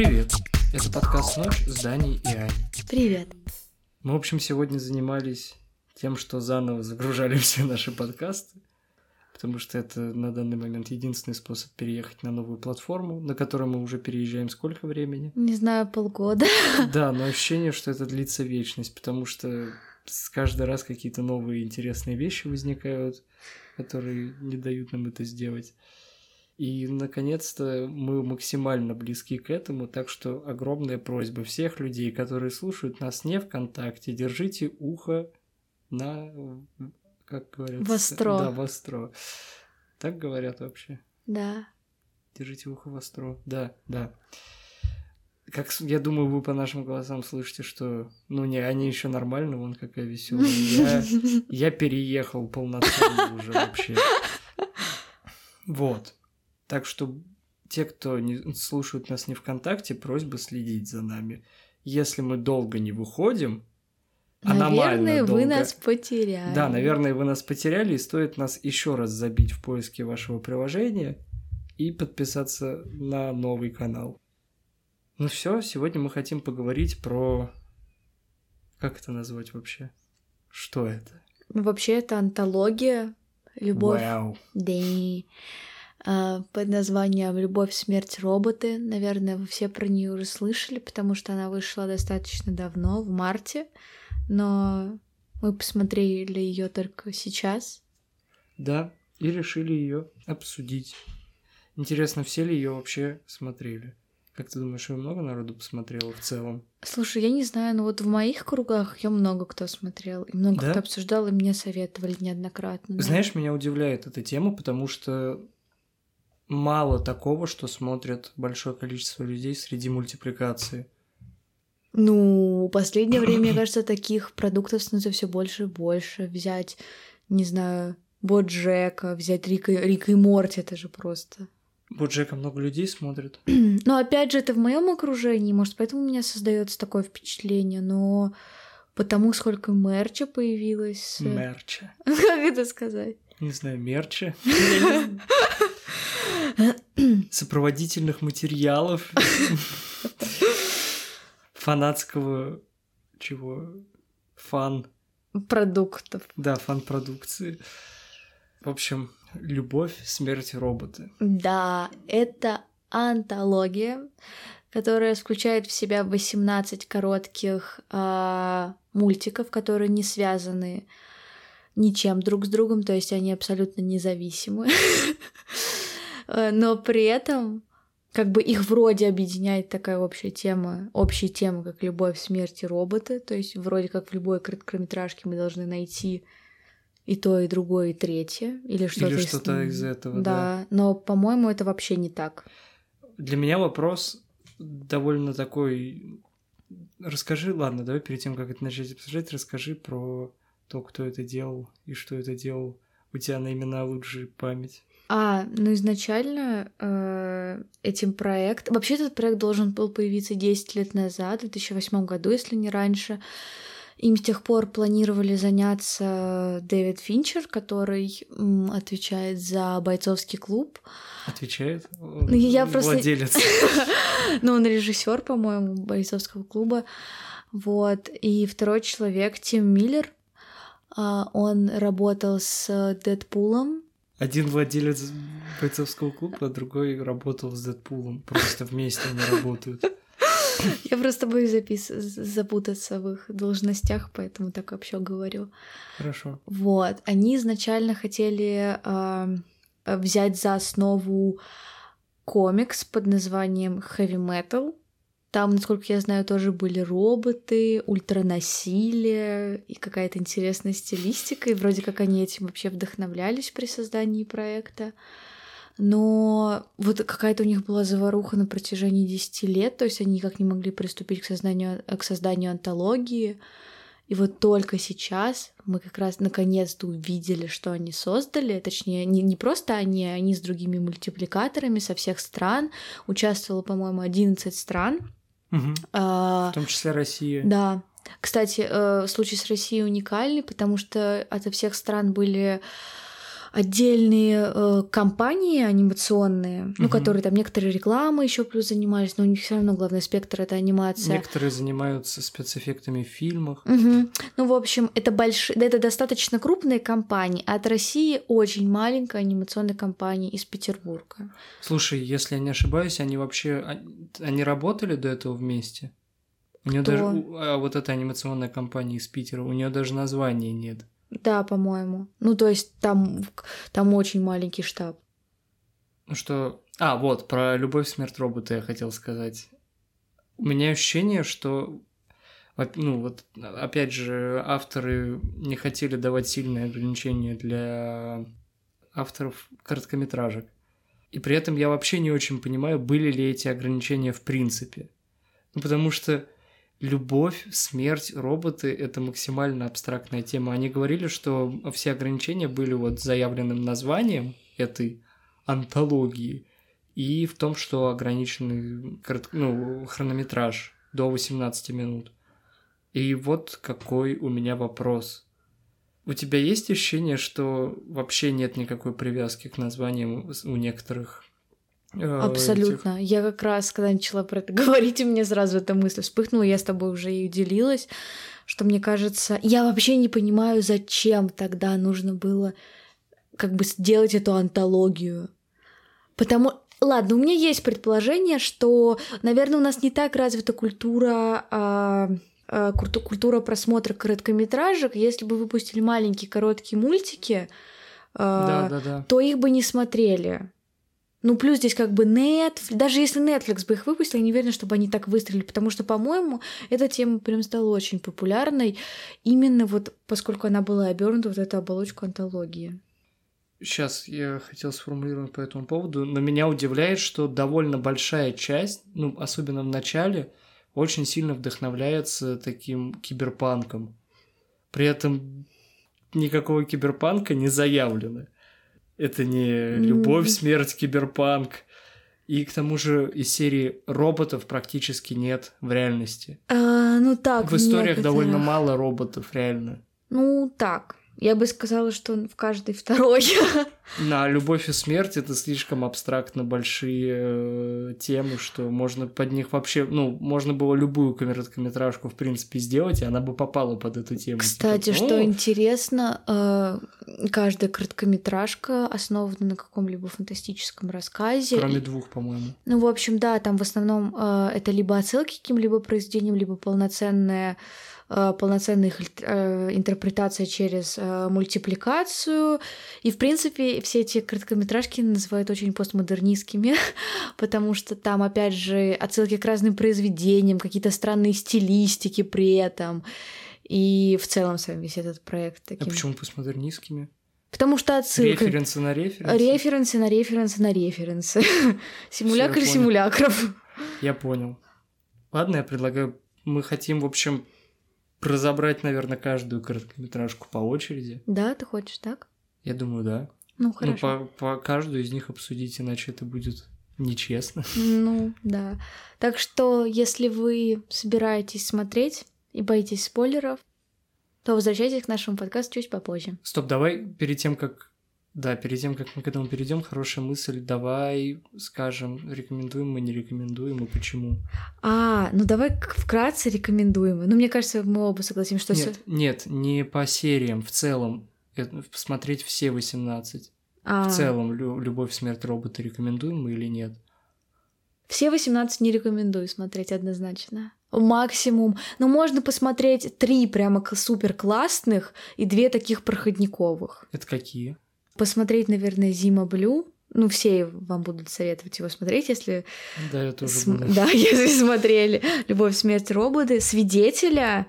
Привет! Это подкаст «Ночь» с Даней и Аней. Привет! Мы, в общем, сегодня занимались тем, что заново загружали все наши подкасты, потому что это на данный момент единственный способ переехать на новую платформу, на которую мы уже переезжаем сколько времени? Не знаю, полгода. Да, но ощущение, что это длится вечность, потому что каждый раз какие-то новые интересные вещи возникают, которые не дают нам это сделать. И, наконец-то, мы максимально близки к этому, так что огромная просьба всех людей, которые слушают нас не ВКонтакте, держите ухо на, как говорят? Востро. Да, востро. Так говорят вообще? Да. Держите ухо востро. Да. Как я думаю, вы по нашим голосам слышите, что, они еще нормально, вон какая веселая. Я переехал полноценно уже вообще. Вот. Так что те, кто не слушают нас не ВКонтакте, просьба следить за нами. Если мы долго не выходим, наверное, долго... вы нас потеряли. Да, наверное, вы нас потеряли, и стоит нас еще раз забить в поиске вашего приложения и подписаться на новый канал. Ну все, сегодня мы хотим поговорить про... Как это назвать вообще? Что это? Вообще, это антология «Любовь». Вау. Под названием «Любовь, смерть, роботы». Наверное, вы все про нее уже слышали, потому что она вышла достаточно давно, в марте, но мы посмотрели ее только сейчас. Да, и решили ее обсудить. Интересно, все ли ее вообще смотрели? Как ты думаешь, ее много народу посмотрело в целом? Слушай, я не знаю, но вот в моих кругах ее много кто смотрел, и много кто обсуждал, и мне советовали неоднократно. Да. Знаешь, меня удивляет эта тема, потому что мало такого, что смотрят большое количество людей среди мультипликации. В последнее время, мне кажется, таких продуктов становится все больше и больше. Взять, не знаю, Боджека, взять Рика и Морти, это же просто... Боджека много людей смотрят. Но опять же, это в моем окружении, может, поэтому у меня создается такое впечатление, но потому сколько мерча появилось... Мерча. Как это сказать? Не знаю, мерча. Сопроводительных материалов. Фанатского... Чего? Продуктов. Да, фан-продукции. В общем, «Любовь, смерть, роботы». Да, это антология, которая включает в себя 18 коротких мультиков, которые не связаны ничем друг с другом, то есть они абсолютно независимы. Но при этом как бы их вроде объединяет такая общая тема, как любовь, смерть и роботы, то есть вроде как в любой короткометражке мы должны найти и то, и другое, и третье, или что-то из этого, да. Но, по-моему, это вообще не так. Для меня вопрос довольно такой... Расскажи, ладно, давай перед тем, как это начать обсуждать, расскажи про то, кто это делал и что это делал. У тебя на имена лучше память. Изначально этим проектом... Вообще этот проект должен был появиться 10 лет назад, в 2008 году, если не раньше. Им с тех пор планировали заняться Дэвид Финчер, который отвечает за «Бойцовский клуб». Отвечает? Владелец. Он режиссер, по-моему, «Бойцовского клуба». Вот. И второй человек, Тим Миллер, он работал с Дэдпулом. Один владелец «Бойцовского клуба», а другой работал с Дэдпулом. Просто вместе они работают. Я просто боюсь запутаться в их должностях, поэтому так вообще говорю. Хорошо. Вот. Они изначально хотели взять за основу комикс под названием Heavy Metal. Там, насколько я знаю, тоже были роботы, ультранасилие и какая-то интересная стилистика. И вроде как они этим вообще вдохновлялись при создании проекта. Но вот какая-то у них была заваруха на протяжении 10 лет, то есть они никак не могли приступить к созданию антологии. И вот только сейчас мы как раз наконец-то увидели, что они создали. Точнее, не просто они с другими мультипликаторами со всех стран. Участвовало, по-моему, 11 стран. Угу. В том числе Россия. Да. Кстати, случай с Россией уникальный, потому что от всех стран были отдельные компании анимационные, ну, которые там некоторые рекламы еще плюс занимались, но у них все равно главный спектр — это анимация. Некоторые занимаются спецэффектами в фильмах. Ну, в общем, это достаточно крупные компании, а от России очень маленькая анимационная компания из Петербурга. Слушай, если я не ошибаюсь, они работали до этого вместе? У нее даже вот эта анимационная компания из Питера, у нее даже названия нет. Да, по-моему. Ну, то есть там очень маленький штаб. Ну что... вот, про «Любовь, смерть, робота» я хотел сказать. У меня ощущение, что, ну, вот, опять же, авторы не хотели давать сильные ограничения для авторов короткометражек. И при этом я вообще не очень понимаю, были ли эти ограничения в принципе. Ну, потому что любовь, смерть, роботы — это максимально абстрактная тема. Они говорили, что все ограничения были вот заявленным названием этой антологии и в том, что ограниченный хронометраж до 18 минут. И вот какой у меня вопрос. У тебя есть ощущение, что вообще нет никакой привязки к названиям у некоторых? Абсолютно. Я как раз, когда начала про это говорить, у меня сразу эта мысль вспыхнула, я с тобой уже и делилась, что мне кажется... Я вообще не понимаю, зачем тогда нужно было как бы сделать эту антологию. Ладно, у меня есть предположение, что, наверное, у нас не так развита культура просмотра короткометражек. Если бы выпустили маленькие короткие мультики, то их бы не смотрели. Ну, плюс здесь как бы даже если Netflix бы их выпустил, я не уверена, чтобы они так выстрелили, потому что, по-моему, эта тема прям стала очень популярной, именно вот поскольку она была обернута в эту оболочку антологии. Сейчас я хотел сформулировать по этому поводу, но меня удивляет, что довольно большая часть, ну, особенно в начале, очень сильно вдохновляется таким киберпанком. При этом никакого киберпанка не заявлено. Это не любовь, смерть, киберпанк. И к тому же из серии роботов практически нет в реальности. В историях довольно мало роботов, реально. Ну, так. Я бы сказала, что он в каждой второй. На «Любовь и смерть» это слишком абстрактно большие темы, что можно под них вообще... Ну, можно было любую короткометражку, в принципе, сделать, и она бы попала под эту тему. Кстати, что интересно, каждая короткометражка основана на каком-либо фантастическом рассказе. Кроме двух, по-моему. Ну, в общем, да, там в основном это либо отсылки к каким-либо произведениям, либо полноценная их интерпретация через мультипликацию. И, в принципе, все эти короткометражки называют очень постмодернистскими, потому что там, опять же, отсылки к разным произведениям, какие-то странные стилистики при этом. И в целом сам весь этот проект таким. А почему постмодернистскими? Потому что отсылка... Референсы на референсы? Референсы на референсы на референсы. Симулякр симулякров. Я понял. Ладно, я предлагаю... Мы хотим, в общем... разобрать, наверное, каждую короткометражку по очереди. Да, ты хочешь так? Я думаю, да. Ну, хорошо. Ну, по каждую из них обсудить, иначе это будет нечестно. Ну, да. Так что, если вы собираетесь смотреть и боитесь спойлеров, то возвращайтесь к нашему подкасту чуть попозже. Стоп, давай перед тем, как мы к этому перейдем, хорошая мысль, давай скажем, рекомендуем мы, не рекомендуем и почему. Ну давай вкратце рекомендуем. Ну, мне кажется, мы оба согласимся, что... Нет, не по сериям, в целом. Посмотреть все 18. В целом, «Любовь, смерть, роботы» рекомендуем мы или нет? Все 18 не рекомендую смотреть однозначно. Максимум. Но можно посмотреть 3 прямо супер классных и 2 таких проходниковых. Это какие? Посмотреть, наверное, «Зима Блю». Ну, все вам будут советовать его смотреть, если... Да, я тоже буду. Да, если смотрели «Любовь, смерть, роботы». «Свидетеля».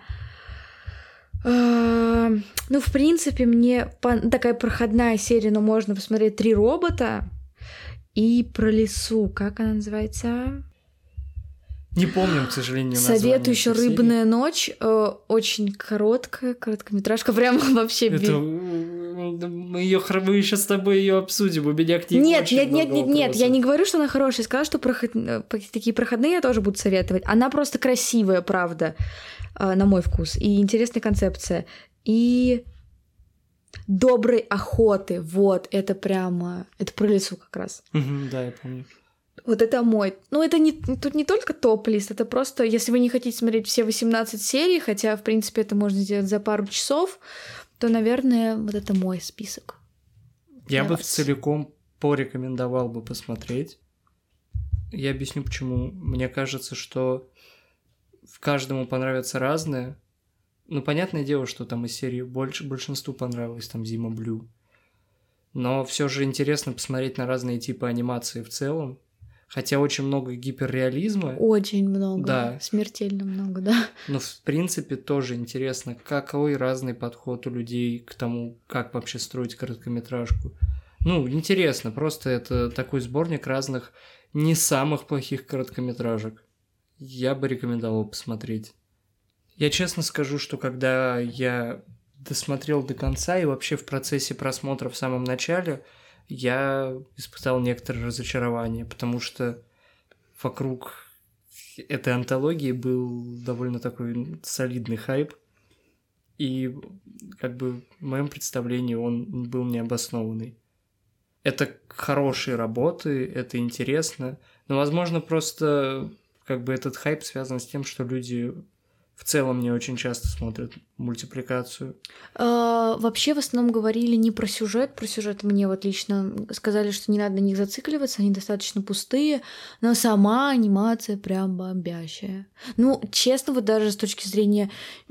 Ну, в принципе, мне такая проходная серия, но можно посмотреть «Три робота». И про лесу. Как она называется? Не помню, к сожалению, название. Советую еще «Рыбная ночь». Очень короткая, короткометражка. Прям вообще... Мы сейчас с тобой ее обсудим. У меня к ней Нет, я не говорю, что она хорошая. Я сказала, что такие проходные я тоже буду советовать. Она просто красивая, правда, на мой вкус. И интересная концепция. И Доброй охоты. Вот, это прямо... Это про лесу как раз. Да, я помню. Вот это мой. Ну, это тут не только топ-лист, это просто, если вы не хотите смотреть все 18 серий, хотя, в принципе, это можно сделать за пару часов, то, наверное, вот это мой список. Я бы целиком порекомендовал бы посмотреть. Я объясню, почему. Мне кажется, что каждому понравится разное. Ну, понятное дело, что там из серии большинству понравилось, там, Зима Блю. Но все же интересно посмотреть на разные типы анимации в целом. Хотя очень много гиперреализма. Очень много. Да. Смертельно много, да. Но, в принципе, тоже интересно, какой разный подход у людей к тому, как вообще строить короткометражку. Ну, интересно, просто это такой сборник разных не самых плохих короткометражек. Я бы рекомендовал посмотреть. Я честно скажу, что когда я досмотрел до конца и вообще в процессе просмотра в самом начале, я испытал некоторое разочарование, потому что вокруг этой антологии был довольно такой солидный хайп, и как бы в моем представлении он был необоснованный. Это хорошие работы, это интересно, но, возможно, просто как бы этот хайп связан с тем, что люди в целом не очень часто смотрят мультипликацию. Вообще в основном говорили не про сюжет. Про сюжет мне вот лично сказали, что не надо на них зацикливаться, они достаточно пустые, но сама анимация прям бомбящая. Ну, честно, вот даже с точки зрения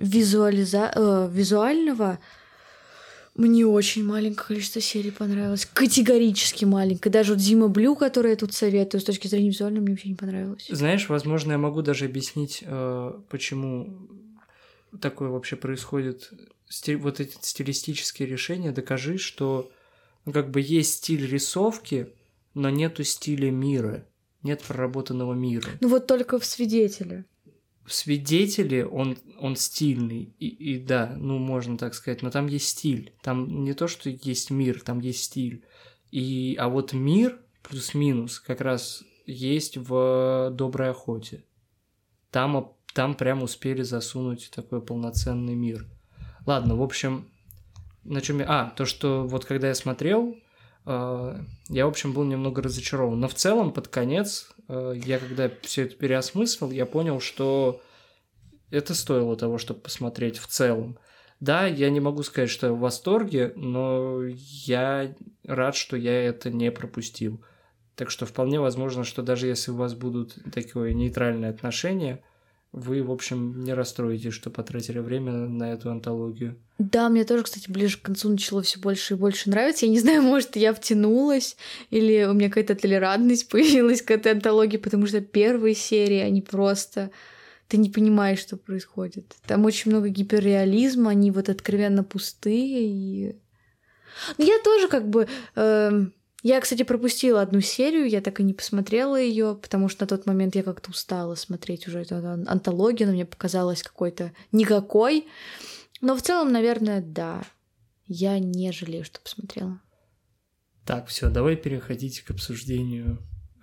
визуального, мне очень маленькое количество серий понравилось. Категорически маленькое. Даже вот Зима Блю, которую я тут советую, с точки зрения визуальной, мне вообще не понравилось. Знаешь, возможно, я могу даже объяснить, почему такое вообще происходит. Вот эти стилистические решения. Докажи, что как бы есть стиль рисовки, но нету стиля мира. Нет проработанного мира. Ну вот только в «Свидетеле». В «Свидетеле» он стильный, и да, ну можно так сказать, но там есть стиль. Там не то, что есть мир, там есть стиль. А вот мир плюс-минус как раз есть в «Доброй охоте». Там прям успели засунуть такой полноценный мир. Ладно, в общем, на чем то, что вот когда я смотрел, я, в общем, был немного разочарован. Но в целом, под конец, я когда все это переосмыслил, я понял, что это стоило того, чтобы посмотреть в целом. Да, я не могу сказать, что я в восторге, но я рад, что я это не пропустил. Так что вполне возможно, что даже если у вас будут такое нейтральное отношение, вы, в общем, не расстроитесь, что потратили время на эту антологию. Да, мне тоже, кстати, ближе к концу начало все больше и больше нравиться. Я не знаю, может, я втянулась, или у меня какая-то толерантность появилась к этой антологии, потому что первые серии, они просто... Ты не понимаешь, что происходит. Там очень много гиперреализма, они вот откровенно пустые. И... Ну, я тоже как бы... Я, кстати, пропустила одну серию, я так и не посмотрела ее, потому что на тот момент я как-то устала смотреть уже эту антологию, она мне показалась какой-то никакой. Но в целом, наверное, да. Я не жалею, что посмотрела. Так, все, давай переходить к обсуждению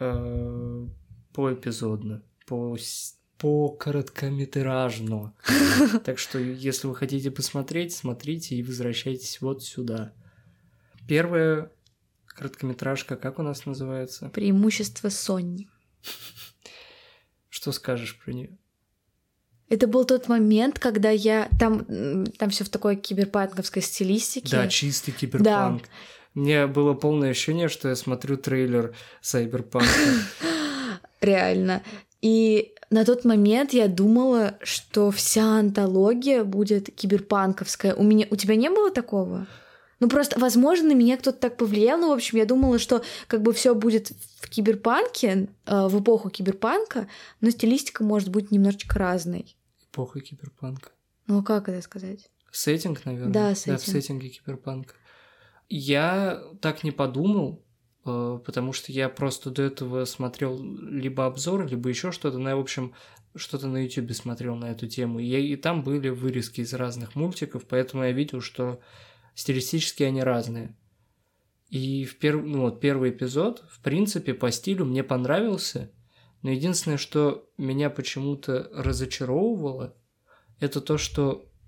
поэпизодно, по короткометражно. Так что, если вы хотите посмотреть, смотрите и возвращайтесь вот сюда. Первая короткометражка, как у нас называется? «Преимущество Сонни». Что скажешь про нее? Это был тот момент, когда я... Там все в такой киберпанковской стилистике. Да, чистый киберпанк. Да. Мне было полное ощущение, что я смотрю трейлер Сайберпанка. Реально. И на тот момент я думала, что вся антология будет киберпанковская. У тебя не было такого? Ну, просто, возможно, на меня кто-то так повлиял. Ну, в общем, я думала, что как бы все будет в киберпанке, в эпоху киберпанка, но стилистика может быть немножечко разной. Эпоха киберпанка. Ну, а как это сказать? Сеттинг, наверное. Да, сеттинг. Да, в сеттинге киберпанка. Я так не подумал, потому что я просто до этого смотрел либо обзор, либо еще что-то. Ну, я, в общем, что-то на YouTube смотрел на эту тему. И там были вырезки из разных мультиков, поэтому я видел, что стилистически они разные. И первый эпизод, в принципе, по стилю мне понравился, но единственное, что меня почему-то разочаровывало, это то, что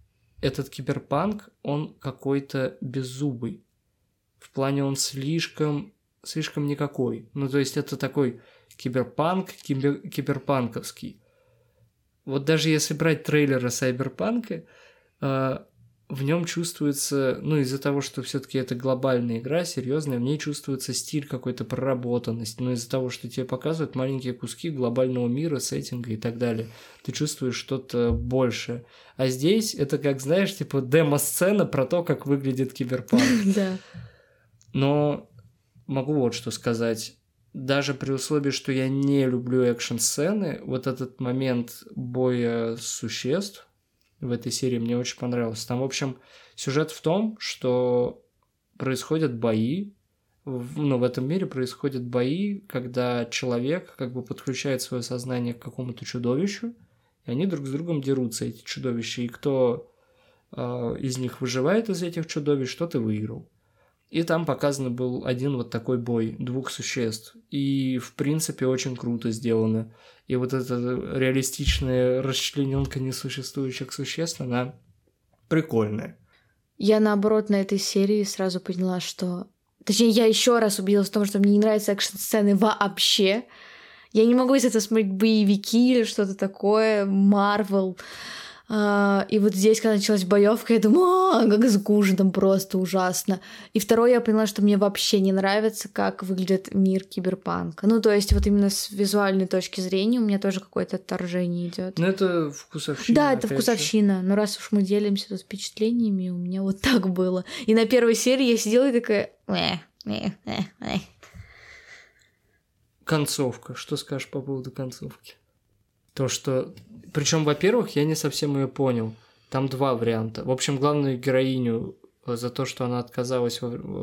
этот киберпанк, он какой-то беззубый. В плане он слишком никакой. Ну, то есть это такой киберпанк, киберпанковский. Вот даже если брать трейлеры Сайберпанка, в нем чувствуется, ну, из-за того, что все-таки это глобальная игра, серьезная, в ней чувствуется стиль какой-то проработанность, но из-за того, что тебе показывают маленькие куски глобального мира, сеттинга и так далее, ты чувствуешь что-то большее. А здесь это, как, знаешь, типа демо-сцена про то, как выглядит киберпанк. Да. Но могу вот что сказать. Даже при условии, что я не люблю экшн-сцены, вот этот момент боя существ в этой серии мне очень понравился. Там, в общем, сюжет в том, что происходят бои, в этом мире происходят бои, когда человек как бы подключает свое сознание к какому-то чудовищу, и они друг с другом дерутся, эти чудовища, и кто из них выживает из этих чудовищ, тот и выиграл. И там показан был один вот такой бой двух существ. И, в принципе, очень круто сделано. И вот эта реалистичная расчлененка несуществующих существ, она прикольная. Я, наоборот, на этой серии сразу поняла, что... Точнее, я еще раз убедилась в том, что мне не нравятся экшн-сцены вообще. Я не могу из этого смотреть боевики или что-то такое, Марвел. И вот здесь, когда началась боевка, я думаю, как скучно, просто ужасно. И второе, я поняла, что мне вообще не нравится, как выглядит мир киберпанка. Ну, то есть вот именно с визуальной точки зрения у меня тоже какое-то отторжение идет. Ну, это вкусовщина. Да, это вкусовщина. Но раз уж мы делимся тут впечатлениями, у меня вот так было. И на первой серии я сидела и такая... Концовка. Что скажешь по поводу концовки? То, что... Причем, во-первых, я не совсем ее понял. Там два варианта. В общем, главную героиню за то, что она отказалась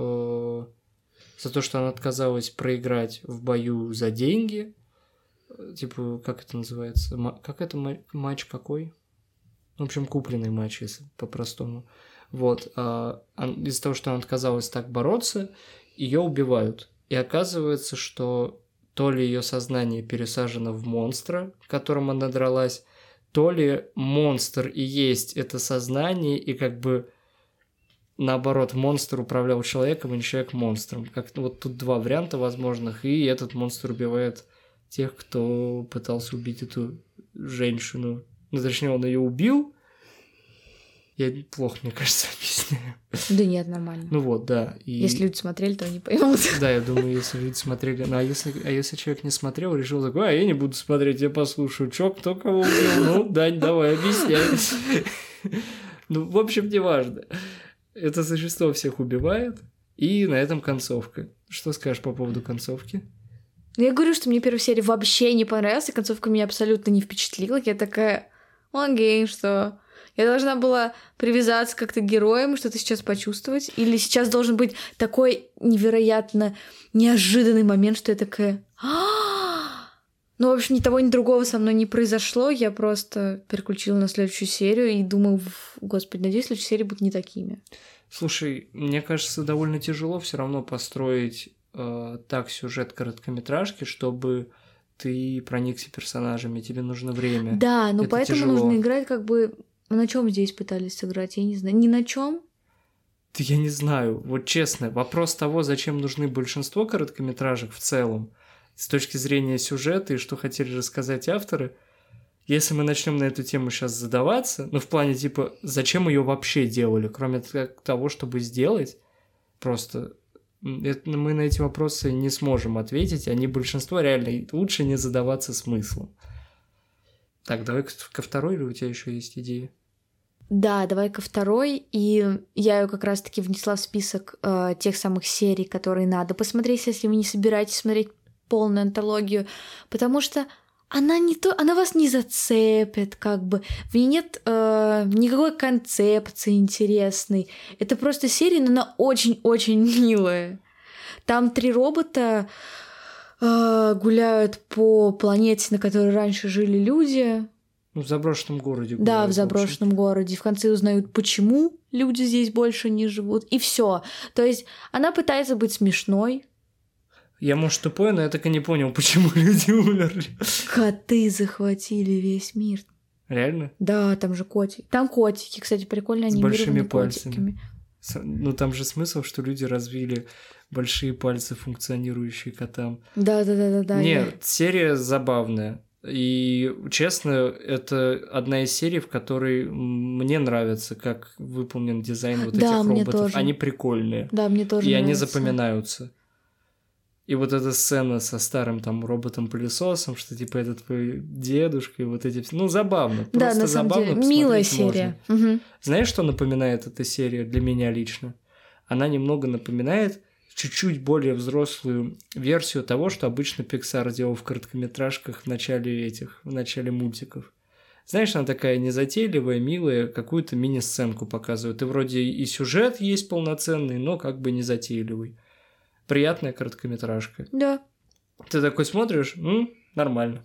проиграть в бою за деньги. Типа, как это называется? Как это матч какой? В общем, купленный матч, если по-простому. Вот. Из-за того, что она отказалась так бороться, ее убивают. И оказывается, что то ли ее сознание пересажено в монстра, которым она дралась, то ли монстр и есть это сознание, и как бы наоборот, монстр управлял человеком, а не человек монстром. Вот тут два варианта возможных, и этот монстр убивает тех, кто пытался убить эту женщину. Ну, точнее, он ее убил. Я плохо, мне кажется, объясняю. Да нет, нормально. Ну вот, да. И... Если люди смотрели, то они поймут. Да, я думаю, если люди смотрели... Ну, а если человек не смотрел, решил такой, я не буду смотреть, я послушаю. Чё, кто кого убил? Ну, Дань, давай, объясняй. Ну, в общем, неважно. Это существо всех убивает, и на этом концовка. Что скажешь по поводу концовки? Я говорю, что мне первая серия вообще не понравилась, и концовка меня абсолютно не впечатлила. Я такая, окей, что... Я должна была привязаться как-то к героям, что-то сейчас почувствовать. Или сейчас должен быть такой невероятно неожиданный момент, что я такая... Ну, в общем, ни того, ни другого со мной не произошло. Я просто переключила на следующую серию и думаю, господи, надеюсь, следующие серии будут не такими. Слушай, мне кажется, довольно тяжело все равно построить так сюжет короткометражки, чтобы ты проникся персонажами, тебе нужно время. Да, но это поэтому тяжело. Нужно играть как бы... На чем здесь пытались сыграть? Я не знаю. Ни на чем. Да я не знаю. Вот честно, вопрос того, зачем нужны большинство короткометражек в целом, с точки зрения сюжета и что хотели рассказать авторы, если мы начнем на эту тему сейчас задаваться, ну, в плане, типа, зачем ее вообще делали, кроме того, чтобы сделать, просто мы на эти вопросы не сможем ответить, они большинство реально лучше не задаваться смыслом. Так, давай ко второй, или у тебя еще есть идеи? Да, давай ко второй, и я ее как раз-таки внесла в список тех самых серий, которые надо посмотреть, если вы не собираетесь смотреть полную антологию, потому что она вас не зацепит, как бы, в ней нет никакой концепции интересной, это просто серия, но она очень-очень милая. Там 3 робота гуляют по планете, на которой раньше жили люди. Ну, в заброшенном городе. Да, в заброшенном городе. В конце узнают, почему люди здесь больше не живут. И все. То есть она пытается быть смешной. Я, может, тупой, но я так и не понял, почему люди умерли. Коты захватили весь мир. Реально? Да, там же котики. Там котики, кстати, прикольно анимированные котиками. Ну, там же смысл, что люди развили большие пальцы, функционирующие котам. Да. Нет, серия забавная. И, честно, это одна из серий, в которой мне нравится, как выполнен дизайн вот этих роботов. Тоже. Они прикольные. Да, мне тоже и нравится. Они запоминаются. И вот эта сцена со старым там роботом-пылесосом, что типа это твой дедушка, и вот эти... Ну, забавно. Да, Просто на самом забавно деле, милая серия. Угу. Знаешь, что напоминает эта серия для меня лично? Она немного напоминает чуть-чуть более взрослую версию того, что обычно Pixar делал в короткометражках в начале мультиков. Знаешь, она такая незатейливая, милая, какую-то мини-сценку показывает. И вроде и сюжет есть полноценный, но как бы незатейливый. Приятная короткометражка. Да. Ты такой смотришь, нормально.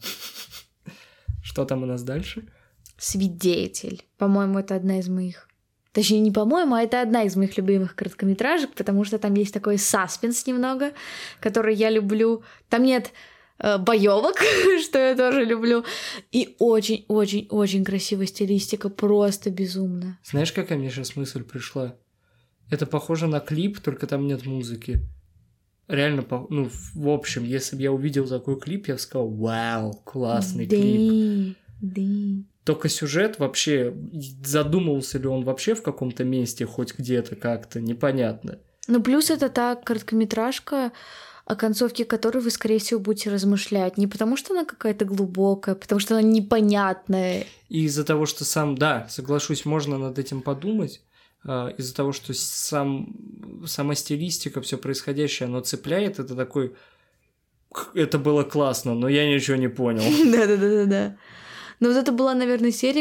Что там у нас дальше? Свидетель. По-моему, это одна из моих... Точнее, не по-моему, а это одна из моих любимых короткометражек, потому что там есть такой саспенс немного, который я люблю. Там нет боевок, что я тоже люблю. И очень-очень-очень красивая стилистика, просто безумно. Знаешь, какая мне сейчас мысль пришла? Это похоже на клип, только там нет музыки. Реально, ну, в общем, если бы я увидел такой клип, я бы сказал, вау, классный клип. Да. Только сюжет вообще, задумывался ли он вообще в каком-то месте, хоть где-то как-то, непонятно. Ну, плюс это та короткометражка, о концовке которой вы, скорее всего, будете размышлять. Не потому, что она какая-то глубокая, потому что она непонятная. И из-за того, что да, соглашусь, можно над этим подумать, из-за того, что сама стилистика, все происходящее, оно цепляет, это такой... Это было классно, но я ничего не понял. Да. Но вот это была, наверное, серия,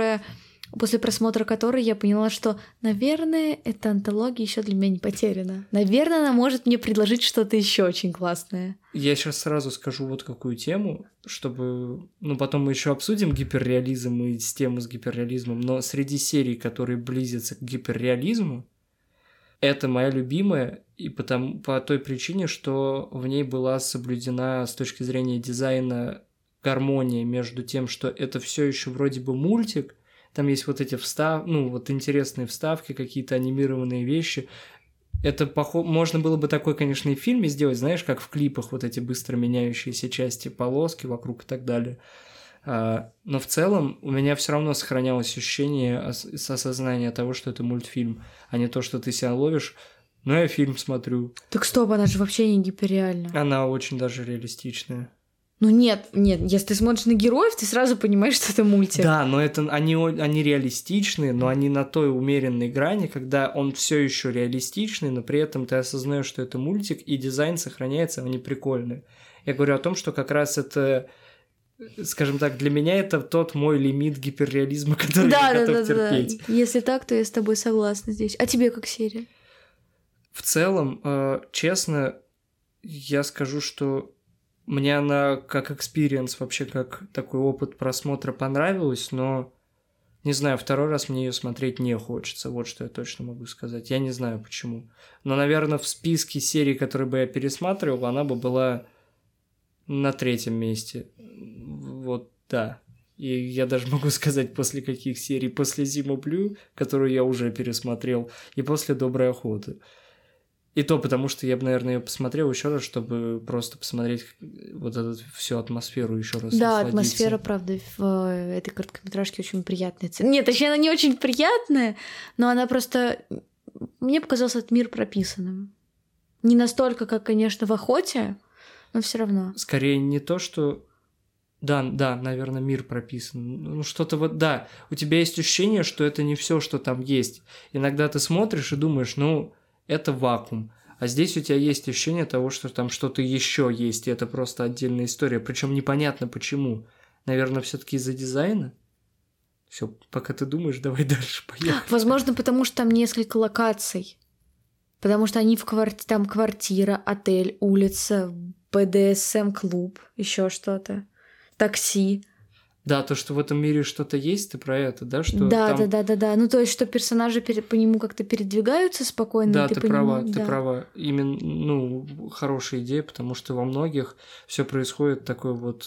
после просмотра которой я поняла, что, наверное, эта антология еще для меня не потеряна. Наверное, она может мне предложить что-то еще очень классное. Я сейчас сразу скажу вот какую тему, чтобы... Ну, потом мы еще обсудим гиперреализм и тему с гиперреализмом, но среди серий, которые близятся к гиперреализму, это моя любимая, и по той причине, что в ней была соблюдена с точки зрения дизайна гармония между тем, что это все еще вроде бы мультик, там есть вот эти интересные вставки, какие-то анимированные вещи. Это можно было бы такой, конечно, и в фильме сделать, знаешь, как в клипах, вот эти быстро меняющиеся части, полоски вокруг и так далее. Но в целом у меня все равно сохранялось ощущение осознания того, что это мультфильм, а не то, что ты себя ловишь. Но я фильм смотрю. Так стоп, она же вообще не гиперреальна. Она очень даже реалистичная. Ну нет, если ты смотришь на героев, ты сразу понимаешь, что это мультик. Да, но они реалистичные, но они на той умеренной грани, когда он все еще реалистичный, но при этом ты осознаешь, что это мультик, и дизайн сохраняется, они прикольные. Я говорю о том, что как раз это, скажем так, для меня это тот мой лимит гиперреализма, который я готов терпеть. Да. Если так, то я с тобой согласна здесь. А тебе как серия? В целом, честно, я скажу, что мне она как экспириенс, вообще как такой опыт просмотра понравилась, но, не знаю, второй раз мне ее смотреть не хочется, вот что я точно могу сказать. Я не знаю почему. Но, наверное, в списке серий, которые бы я пересматривал, она бы была на 3-м месте. Вот, да. И я даже могу сказать, после каких серий. После Зиму Блю, которую я уже пересмотрел, и после Доброй охоты. И то потому, что я бы, наверное, ее посмотрел еще раз, чтобы просто посмотреть вот эту всю атмосферу еще раз. Да, атмосфера, правда, в этой короткометражке очень приятная. Нет, точнее, она не очень приятная, но она просто... Мне показался этот мир прописанным. Не настолько, как, конечно, в «Охоте», но все равно. Скорее не то, что... Да, наверное, мир прописан. Ну, что-то вот, да. У тебя есть ощущение, что это не все, что там есть. Иногда ты смотришь и думаешь, это вакуум. А здесь у тебя есть ощущение того, что там что-то еще есть, и это просто отдельная история. Причем непонятно почему. Наверное, все-таки из-за дизайна. Все, пока ты думаешь, давай дальше поехали. Возможно, потому что там несколько локаций. Потому что они там квартира, отель, улица, БДСМ-клуб, еще что-то, такси. Да, то, что в этом мире что-то есть, ты про это, да? Что да, там... да. Ну, то есть, что персонажи по нему как-то передвигаются спокойно. Да, ты права. Именно, хорошая идея, потому что во многих все происходит такое вот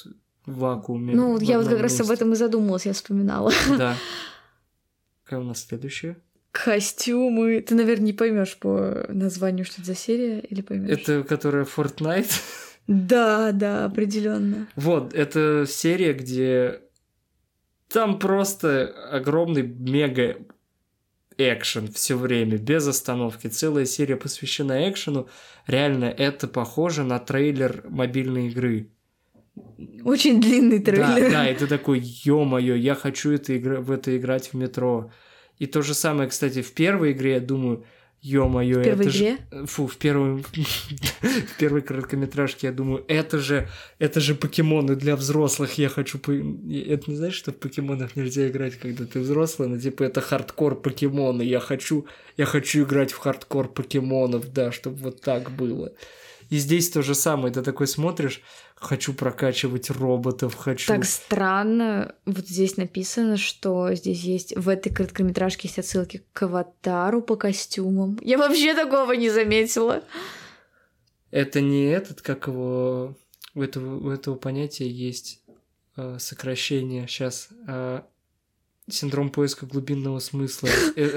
в вакууме. Ну, я вот как одном раз об месте. этом и задумалась, я вспоминала. Да. Какая у нас следующая? Костюмы. Ты, наверное, не поймешь по названию, что это за серия, или поймешь? Это которая Fortnite? Да, определенно. Вот, это серия, где там просто огромный мега экшен все время, без остановки. Целая серия посвящена экшену. Реально, это похоже на трейлер мобильной игры. Очень длинный трейлер. Да, и ты такой, ё-моё, я хочу в это играть в метро. И то же самое, кстати, в первой игре, я думаю, ё-моё, В первой это игре? в первой короткометражке, я думаю, это же покемоны для взрослых, я хочу... Это не знаешь, что в покемонах нельзя играть, когда ты взрослый, но типа это хардкор покемоны, я хочу играть в хардкор покемонов, да, чтобы вот так было. И здесь то же самое, ты такой смотришь, хочу прокачивать роботов, хочу... Так странно, вот здесь написано, что здесь есть, в этой короткометражке есть отсылки к Аватару по костюмам. Я вообще такого не заметила. Это не этот, как его... У этого понятия есть сокращение сейчас. Синдром поиска глубинного смысла.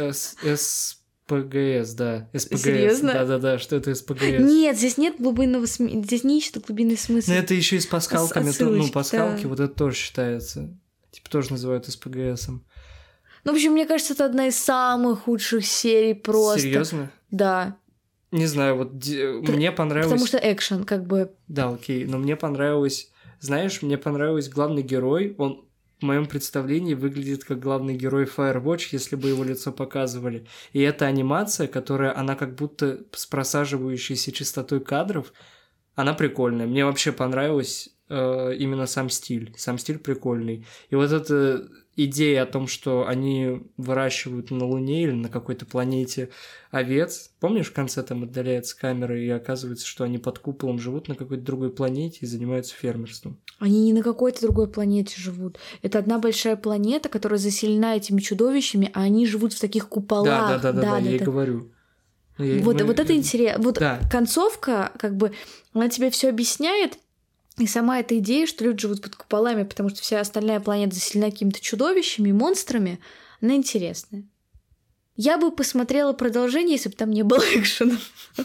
СПГС, да. СПГС. Серьезно? Да, что это СПГС? Нет, здесь нет глубинного смысла, здесь не ищет глубинный смысл. Но это еще и с пасхалками. Отсылочки, Пасхалки, да. вот это тоже считается. Типа тоже называют СПГСом. Ну, в общем, мне кажется, это одна из самых худших серий просто. Серьезно? Да. Не знаю, вот мне понравилось... Потому что экшен, как бы... Да, окей, но мне понравилось... Знаешь, мне понравился главный герой, он в моем представлении выглядит как главный герой Firewatch, если бы его лицо показывали. И эта анимация, которая, она как будто с просаживающейся частотой кадров, она прикольная. Мне вообще понравилось именно сам стиль. Сам стиль прикольный. И вот эта идея о том, что они выращивают на Луне или на какой-то планете овец. Помнишь, в конце там отдаляется камера, и оказывается, что они под куполом живут на какой-то другой планете и занимаются фермерством. Они не на какой-то другой планете живут. Это одна большая планета, которая заселена этими чудовищами, а они живут в таких куполах. Да, я и говорю. Вот это интересно. Вот да. Концовка, как бы, она тебе все объясняет, и сама эта идея, что люди живут под куполами, потому что вся остальная планета заселена какими-то чудовищами, монстрами, она интересная. Я бы посмотрела продолжение, если бы там не было экшена.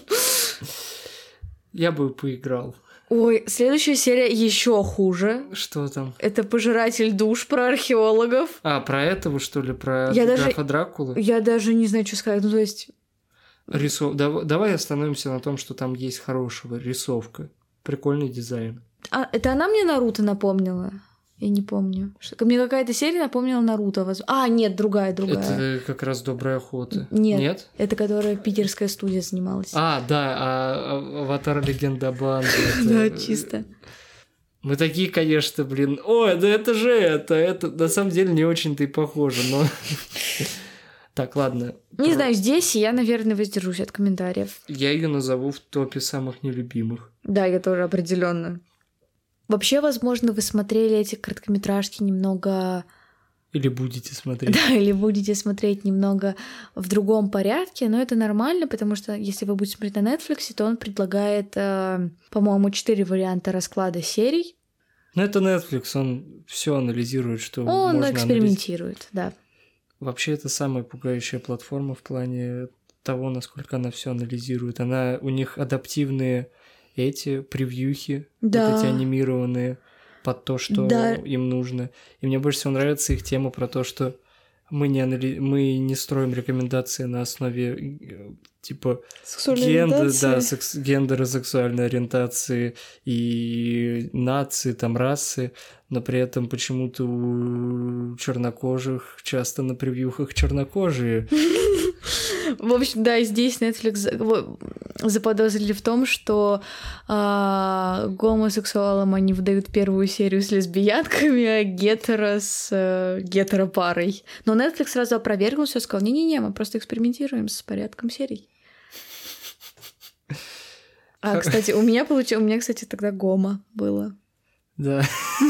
Я бы поиграл. Ой, следующая серия еще хуже. Что там? Это «Пожиратель душ» про археологов. А, про этого, что ли? Про графа Дракулы? Я даже не знаю, что сказать. Ну, то есть... Давай остановимся на том, что там есть хорошего. Рисовка. Прикольный дизайн. А, это она мне Наруто напомнила? Я не помню. Мне какая-то серия напомнила Наруто. А, нет, другая. Это как раз «Добрая охота». Нет? Это которая питерская студия занималась. А, да, «Аватар. Легенда об Аанге». Да, чисто. Мы такие, конечно, блин. Ой, да это же это на самом деле не очень-то и похоже, но... Так, ладно. Не знаю, здесь я, наверное, воздержусь от комментариев. Я ее назову в топе самых нелюбимых. Да, я тоже определенно. Вообще, возможно, вы смотрели эти короткометражки немного... Или будете смотреть. Да, или будете смотреть немного в другом порядке, но это нормально, потому что если вы будете смотреть на Netflix, то он предлагает, по-моему, 4 варианта расклада серий. Ну, это Netflix, он все анализирует, что он можно экспериментирует, да. Вообще, это самая пугающая платформа в плане того, насколько она все анализирует. У них адаптивные эти превьюхи, да. вот эти анимированные под то, что им нужно. И мне больше всего нравится их тема про то, что мы не строим рекомендации на основе типа гендера, сексуальной ориентации и нации, там расы, но при этом почему-то у чернокожих часто на превьюхах чернокожие. В общем, да, здесь Netflix заподозрили в том, что гомосексуалам они выдают первую серию с лесбиянками, а гетеро с гетеропарой. Но Netflix сразу опровергнул всё, сказал: не-не-не, мы просто экспериментируем с порядком серий. А, кстати, у меня, кстати, тогда гомо было. Да.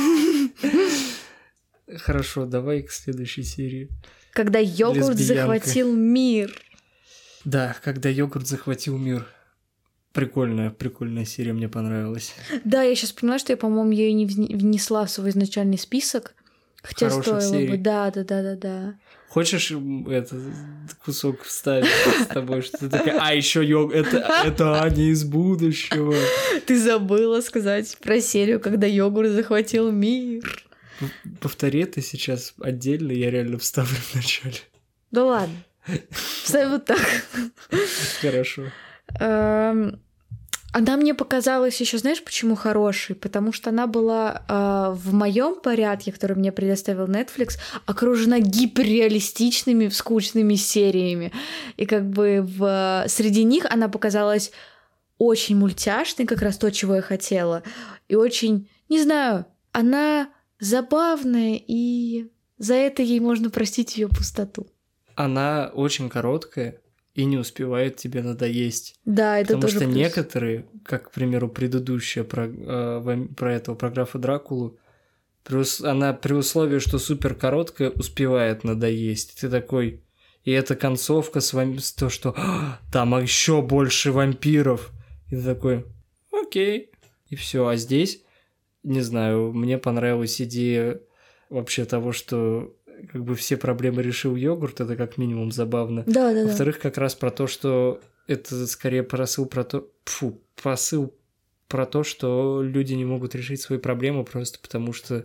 Хорошо, давай к следующей серии. Когда йогурт захватил мир. Да, когда йогурт захватил мир. Прикольная серия, мне понравилась. Да, я сейчас поняла, что я, по-моему, ее не внесла в свой изначальный список. Хотя Хороших стоило серий. бы. Да. Хочешь этот кусок вставить с тобой, что ты такая, а еще это Аня из будущего. Ты забыла сказать про серию, когда йогурт захватил мир. Повтори это сейчас отдельно, я реально вставлю в начале. Да ладно. Вставь вот так. Хорошо. Она мне показалась еще, знаешь, почему хорошей? Потому что она была в моем порядке, который мне предоставил Netflix, окружена гиперреалистичными, скучными сериями. И как бы среди них она показалась очень мультяшной, как раз то, чего я хотела. И очень, не знаю, она забавная, и за это ей можно простить ее пустоту. Она очень короткая и не успевает тебе надоесть. Да, это потому тоже что плюс. некоторые, как, к примеру, предыдущая про графа Дракулу, она при условии, что супер короткая, успевает надоесть. Ты такой... И эта концовка с то, что там еще больше вампиров. И ты такой, окей. И все. А здесь, не знаю, мне понравилась идея вообще того, что как бы все проблемы решил йогурт, это как минимум забавно. Да. Во-вторых, как раз про то, что это скорее посыл про то, что люди не могут решить свои проблемы просто потому, что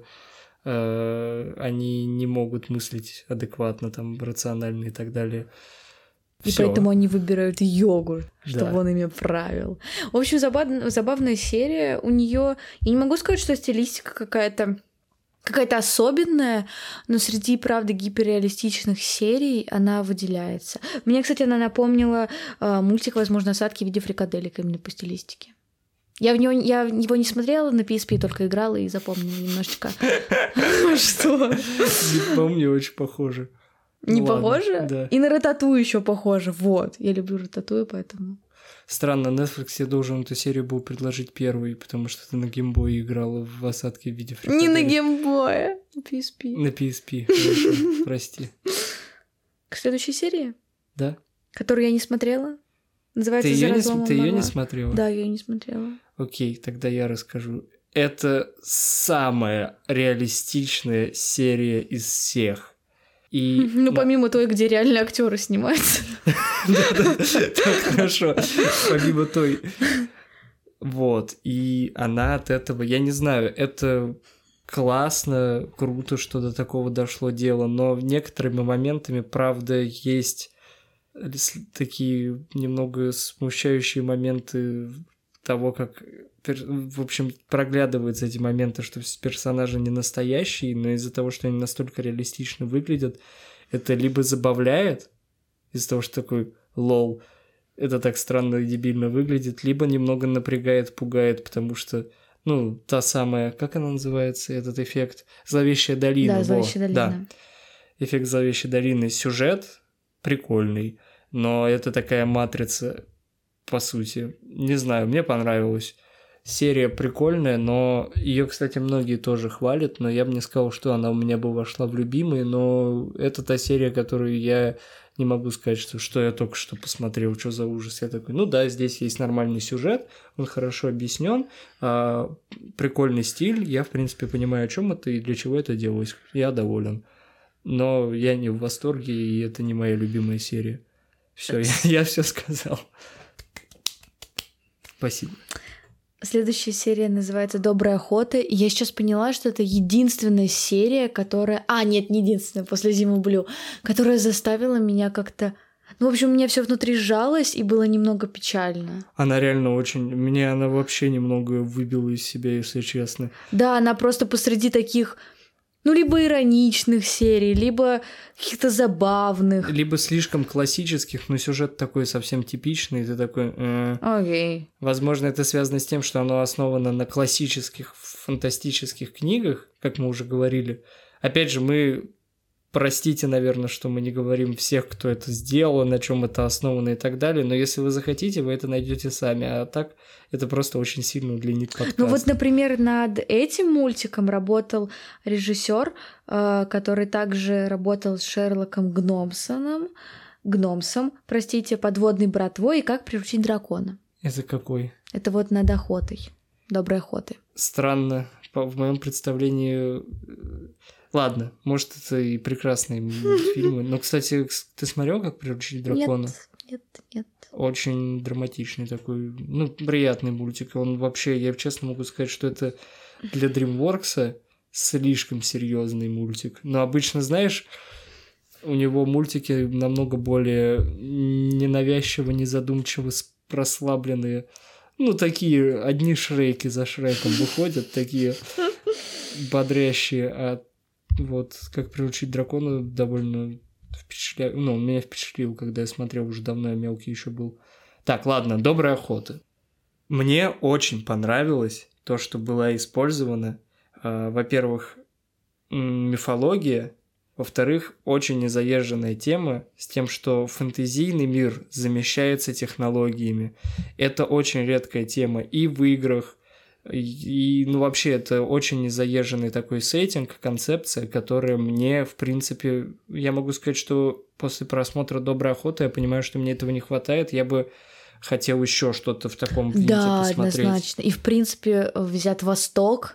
они не могут мыслить адекватно, там, рационально и так далее. И Всё. поэтому они выбирают йогурт, чтобы Да. он ими правил. В общем, забавная серия. У нее, я не могу сказать, что стилистика какая-то особенная, но среди, правда, гиперреалистичных серий она выделяется. Мне, кстати, она напомнила мультик «Возможно, осадки» в виде фрикаделек именно по стилистике. Я его не смотрела, на PSP только играла и запомнила немножечко. Что? Не помню, очень похоже. Не Ну ладно, похоже? да. И на Рататуй еще похоже. Вот. Я люблю Рататуй, поэтому... Странно, Netflix я должен эту серию был предложить первой, потому что ты на геймбое играла в осадке в виде фрикаделек. Не на геймбое, на PSP. На PSP, хорошо, прости. К следующей серии, Да? которую я не смотрела. Называется Ты «За ее разломом не Орла». смотрела? Да, я ее не смотрела. Окей, тогда я расскажу. Это самая реалистичная серия из всех. И... Ну, помимо той, где реально актеры снимаются. Так, хорошо. Помимо той. Вот. И она от этого... Я не знаю, это классно, круто, что до такого дошло дело, но некоторыми моментами, правда, есть такие немного смущающие моменты того, как... В общем, проглядываются эти моменты, что персонажи не настоящие, но из-за того, что они настолько реалистично выглядят, это либо забавляет, из-за того, что такой лол, это так странно и дебильно выглядит, либо немного напрягает, пугает, потому что, ну, та самая, как она называется, этот эффект? Зловещая долина. Да, Зловещая долина. Да. Эффект Зловещей долины. Сюжет прикольный, но это такая матрица, по сути. Не знаю, мне понравилось. Серия прикольная, но ее, кстати, многие тоже хвалят, но я бы не сказал, что она у меня бы вошла в любимые, но это та серия, которую я не могу сказать, что я только что посмотрел, что за ужас. Я такой, ну да, здесь есть нормальный сюжет, он хорошо объяснен, прикольный стиль, я, в принципе, понимаю, о чем это и для чего это делалось, я доволен. Но я не в восторге, и это не моя любимая серия. Все, я все сказал. Спасибо. Следующая серия называется «Добрая охота». И я сейчас поняла, что это единственная серия, которая... нет, не единственная, после «Зимы Блю», которая заставила меня как-то... Ну, в общем, у меня все внутри сжалось, и было немного печально. Она реально очень... Меня она вообще немного выбила из себя, если честно. Да, она просто посреди таких... Ну, либо ироничных серий, либо каких-то забавных. Либо слишком классических, но сюжет такой совсем типичный, и ты такой... Окей. Возможно, это связано с тем, что оно основано на классических фантастических книгах, как мы уже говорили. Опять же, мы... Простите, наверное, что мы не говорим всех, кто это сделал, на чем это основано и так далее, но если вы захотите, вы это найдете сами, а так это просто очень сильно удлинит подкаст. Ну вот, например, над этим мультиком работал режиссер, который также работал с Шерлоком Гномсом, «Подводной братвой» и «Как приручить дракона». Это какой? Это вот над охотой. Доброй охоты. Странно. В моем представлении... Ладно, может, это и прекрасные мультфильмы. Но, кстати, ты смотрел, как приручить дракона? Нет. Очень драматичный такой, приятный мультик. Он вообще, я честно могу сказать, что это для DreamWorks слишком серьезный мультик. Но обычно, знаешь, у него мультики намного более ненавязчиво, незадумчиво, расслабленные. Такие одни Шреки за Шреком выходят, такие бодрящие. А вот как приручить дракона довольно впечатляет. Меня впечатлил, когда я смотрел, уже давно я мелкий еще был. Так, ладно, «Доброй охоты». Мне очень понравилось то, что была использована, во-первых, мифология, во-вторых, очень незаезженная тема с тем, что фэнтезийный мир замещается технологиями. Это очень редкая тема и в играх, и вообще это очень незаезженный такой сеттинг, концепция, которая мне, в принципе, я могу сказать, что после просмотра «Доброй охоты» я понимаю, что мне этого не хватает, я бы хотел еще что-то в таком виде посмотреть. Да, однозначно. И, в принципе, взят Восток.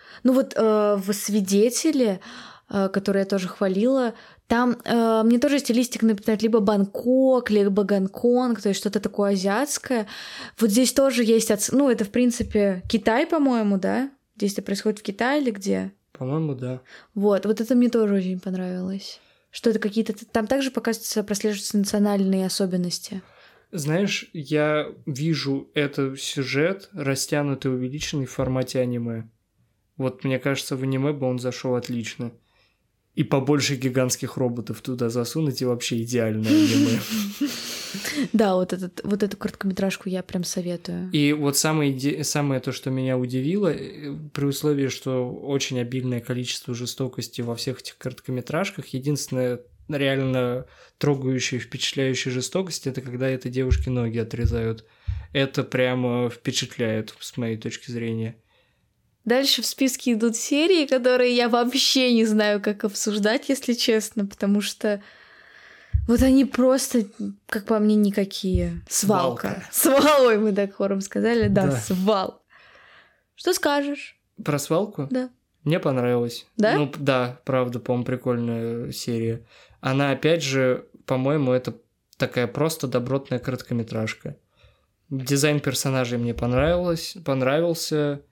В «Свидетеле», который я тоже хвалила, там мне тоже стилистика напоминает либо Бангкок, либо Гонконг, то есть что-то такое азиатское. Вот здесь тоже есть... это, в принципе, Китай, по-моему, да? Действие происходит в Китае или где? По-моему, да. Вот это мне тоже очень понравилось. Что это какие-то... Там также показываются, прослеживаются национальные особенности. Знаешь, я вижу этот сюжет растянутый, увеличенный в формате аниме. Вот, мне кажется, в аниме бы он зашел отлично. И побольше гигантских роботов туда засунуть, и вообще идеальное аниме. Да, вот эту короткометражку я прям советую. И вот самое то, что меня удивило, при условии, что очень обильное количество жестокости во всех этих короткометражках, единственное реально трогающая, впечатляющая жестокость, это когда этой девушке ноги отрезают. Это прямо впечатляет, с моей точки зрения. Дальше в списке идут серии, которые я вообще не знаю, как обсуждать, если честно, потому что вот они просто, как по мне, никакие. Свалка. Ой, мы так хором сказали. Да, свал. Что скажешь? Про свалку? Да. Мне понравилось. Да? Да, правда, по-моему, прикольная серия. Она, опять же, по-моему, это такая просто добротная короткометражка. Дизайн персонажей мне понравился.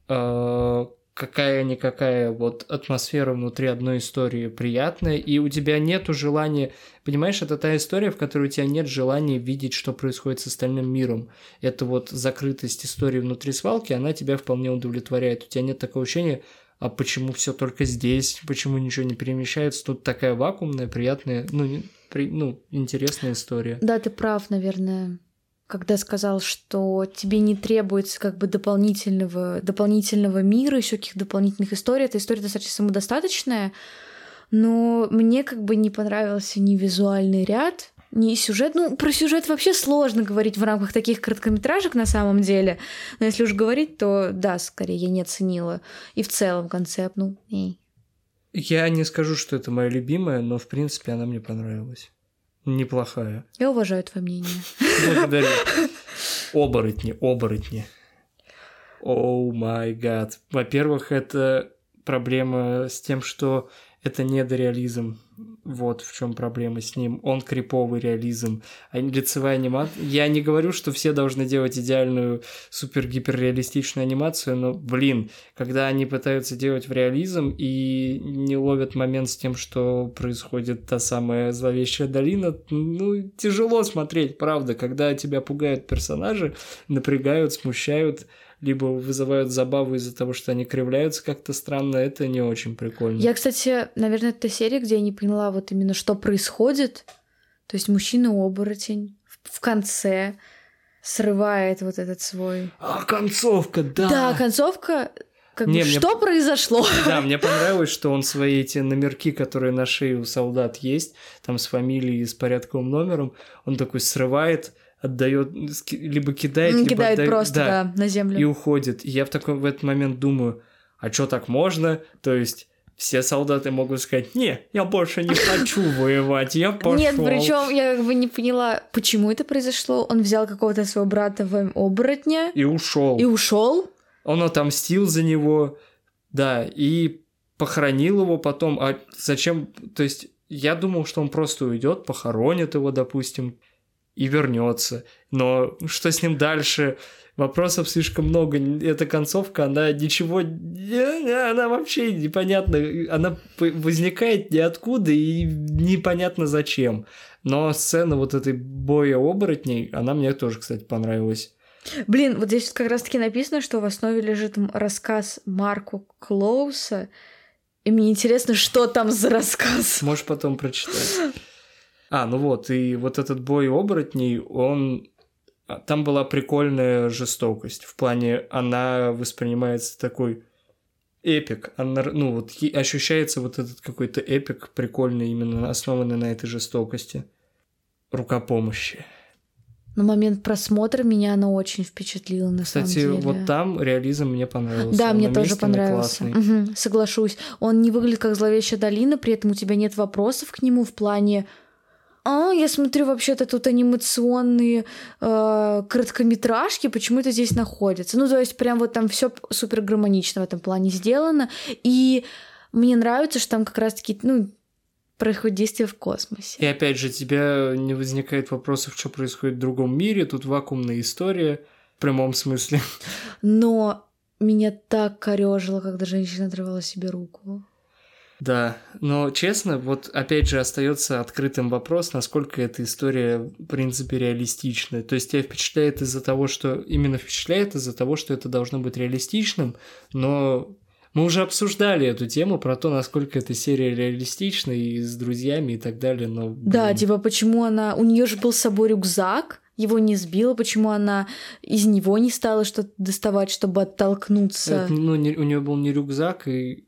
Какая-никакая вот атмосфера внутри одной истории приятная, и у тебя нету желания... Понимаешь, это та история, в которой у тебя нет желания видеть, что происходит с остальным миром. Это вот закрытость истории внутри свалки, она тебя вполне удовлетворяет. У тебя нет такого ощущения, а почему все только здесь, почему ничего не перемещается. Тут такая вакуумная, приятная, интересная история. Да, ты прав, наверное, когда сказал, что тебе не требуется как бы дополнительного мира, еще каких-то дополнительных историй. Эта история достаточно самодостаточная, но мне как бы не понравился ни визуальный ряд, ни сюжет. Про сюжет вообще сложно говорить в рамках таких короткометражек на самом деле. Но если уж говорить, то да, скорее я не оценила. И в целом концепт, Я не скажу, что это моя любимая, но в принципе она мне понравилась. Неплохая. Я уважаю твое мнение. Благодарю. Оборотни. Оу май гад. Во-первых, это проблема с тем, что это недореализм. Вот в чем проблема с ним. Он криповый реализм. А лицевая анимация... Я не говорю, что все должны делать идеальную супер-гиперреалистичную анимацию, но, когда они пытаются делать в реализм и не ловят момент с тем, что происходит та самая зловещая долина, тяжело смотреть, правда. Когда тебя пугают персонажи, напрягают, смущают, либо вызывают забаву из-за того, что они кривляются как-то странно, это не очень прикольно. Я, кстати, наверное, это та серия, где я не поняла вот именно, что происходит. То есть мужчина-оборотень в конце срывает вот этот свой... концовка, да! Да, концовка... Что произошло? Да, мне понравилось, что он свои эти номерки, которые на шее у солдат есть, там с фамилией и с порядковым номером, он такой срывает, отдает, либо кидает, либо кидает просто, на землю. И уходит. И я в этот момент думаю, а что так можно? То есть все солдаты могут сказать: не, я больше не хочу воевать, я пошел. Нет, причем я как бы не поняла, почему это произошло. Он взял какого-то своего брата в оборотня и ушел. Он отомстил за него, да, и похоронил его потом. А зачем? То есть я думал, что он просто уйдет, похоронит его, допустим, и вернется. Но что с ним дальше? Вопросов слишком много. Эта концовка, она ничего... Она вообще непонятна. Она возникает ниоткуда и непонятно зачем. Но сцена вот этой боя оборотней, она мне тоже, кстати, понравилась. Блин, вот здесь как раз-таки написано, что в основе лежит рассказ Марка Клоуса. И мне интересно, что там за рассказ. Можешь потом прочитать. Ну вот, и вот этот бой оборотней, там была прикольная жестокость. В плане, она воспринимается такой эпик. Ощущается вот этот какой-то эпик прикольный, именно основанный на этой жестокости. Рукопомощи. На момент просмотра меня она очень впечатлила, на самом деле. Кстати, вот там реализм мне понравился. Да, мне тоже понравился. Угу, соглашусь. Он не выглядит как зловещая долина, при этом у тебя нет вопросов к нему в плане... я смотрю, вообще-то тут анимационные короткометражки, почему это здесь находится. То есть прям вот там все супер гармонично в этом плане сделано. И мне нравится, что там как раз-таки, происходит действие в космосе. И опять же, тебя не возникает вопросов, что происходит в другом мире, тут вакуумная история в прямом смысле. Но меня так корёжило, когда женщина отрывала себе руку. Да, но честно, вот опять же остается открытым вопрос, насколько эта история, в принципе, реалистична. То есть тебя впечатляет из-за того, что это должно быть реалистичным, но мы уже обсуждали эту тему про то, насколько эта серия реалистична и с друзьями и так далее, но... Да, почему она... У нее же был с собой рюкзак, его не сбило, почему она из него не стала что-то доставать, чтобы оттолкнуться. У нее был не рюкзак,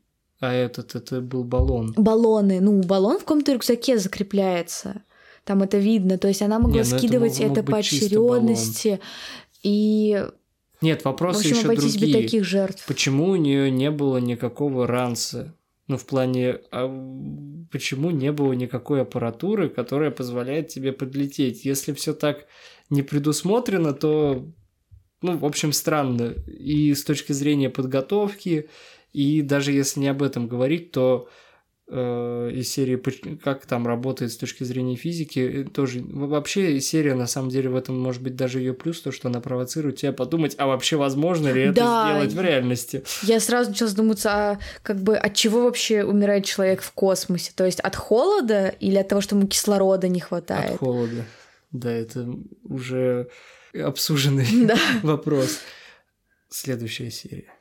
это был баллон. Баллоны. Баллон в каком-то рюкзаке закрепляется. Там это видно. То есть она могла скидывать это по очередности. И... Нет, вопросы еще другие. Себе таких жертв. Почему у нее не было никакого ранца? В плане, почему не было никакой аппаратуры, которая позволяет тебе подлететь? Если все так не предусмотрено, то, в общем, странно. И с точки зрения подготовки, и даже если не об этом говорить, то из серии «Как там работает с точки зрения физики» тоже... Вообще серия, на самом деле, в этом может быть даже ее плюс, то, что она провоцирует тебя подумать, а вообще возможно ли это сделать в реальности? Я сразу начала задуматься, от чего вообще умирает человек в космосе? То есть от холода или от того, что ему кислорода не хватает? От холода. Да, это уже обсуженный вопрос. Следующая серия.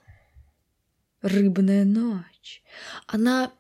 «Рыбная ночь». Она...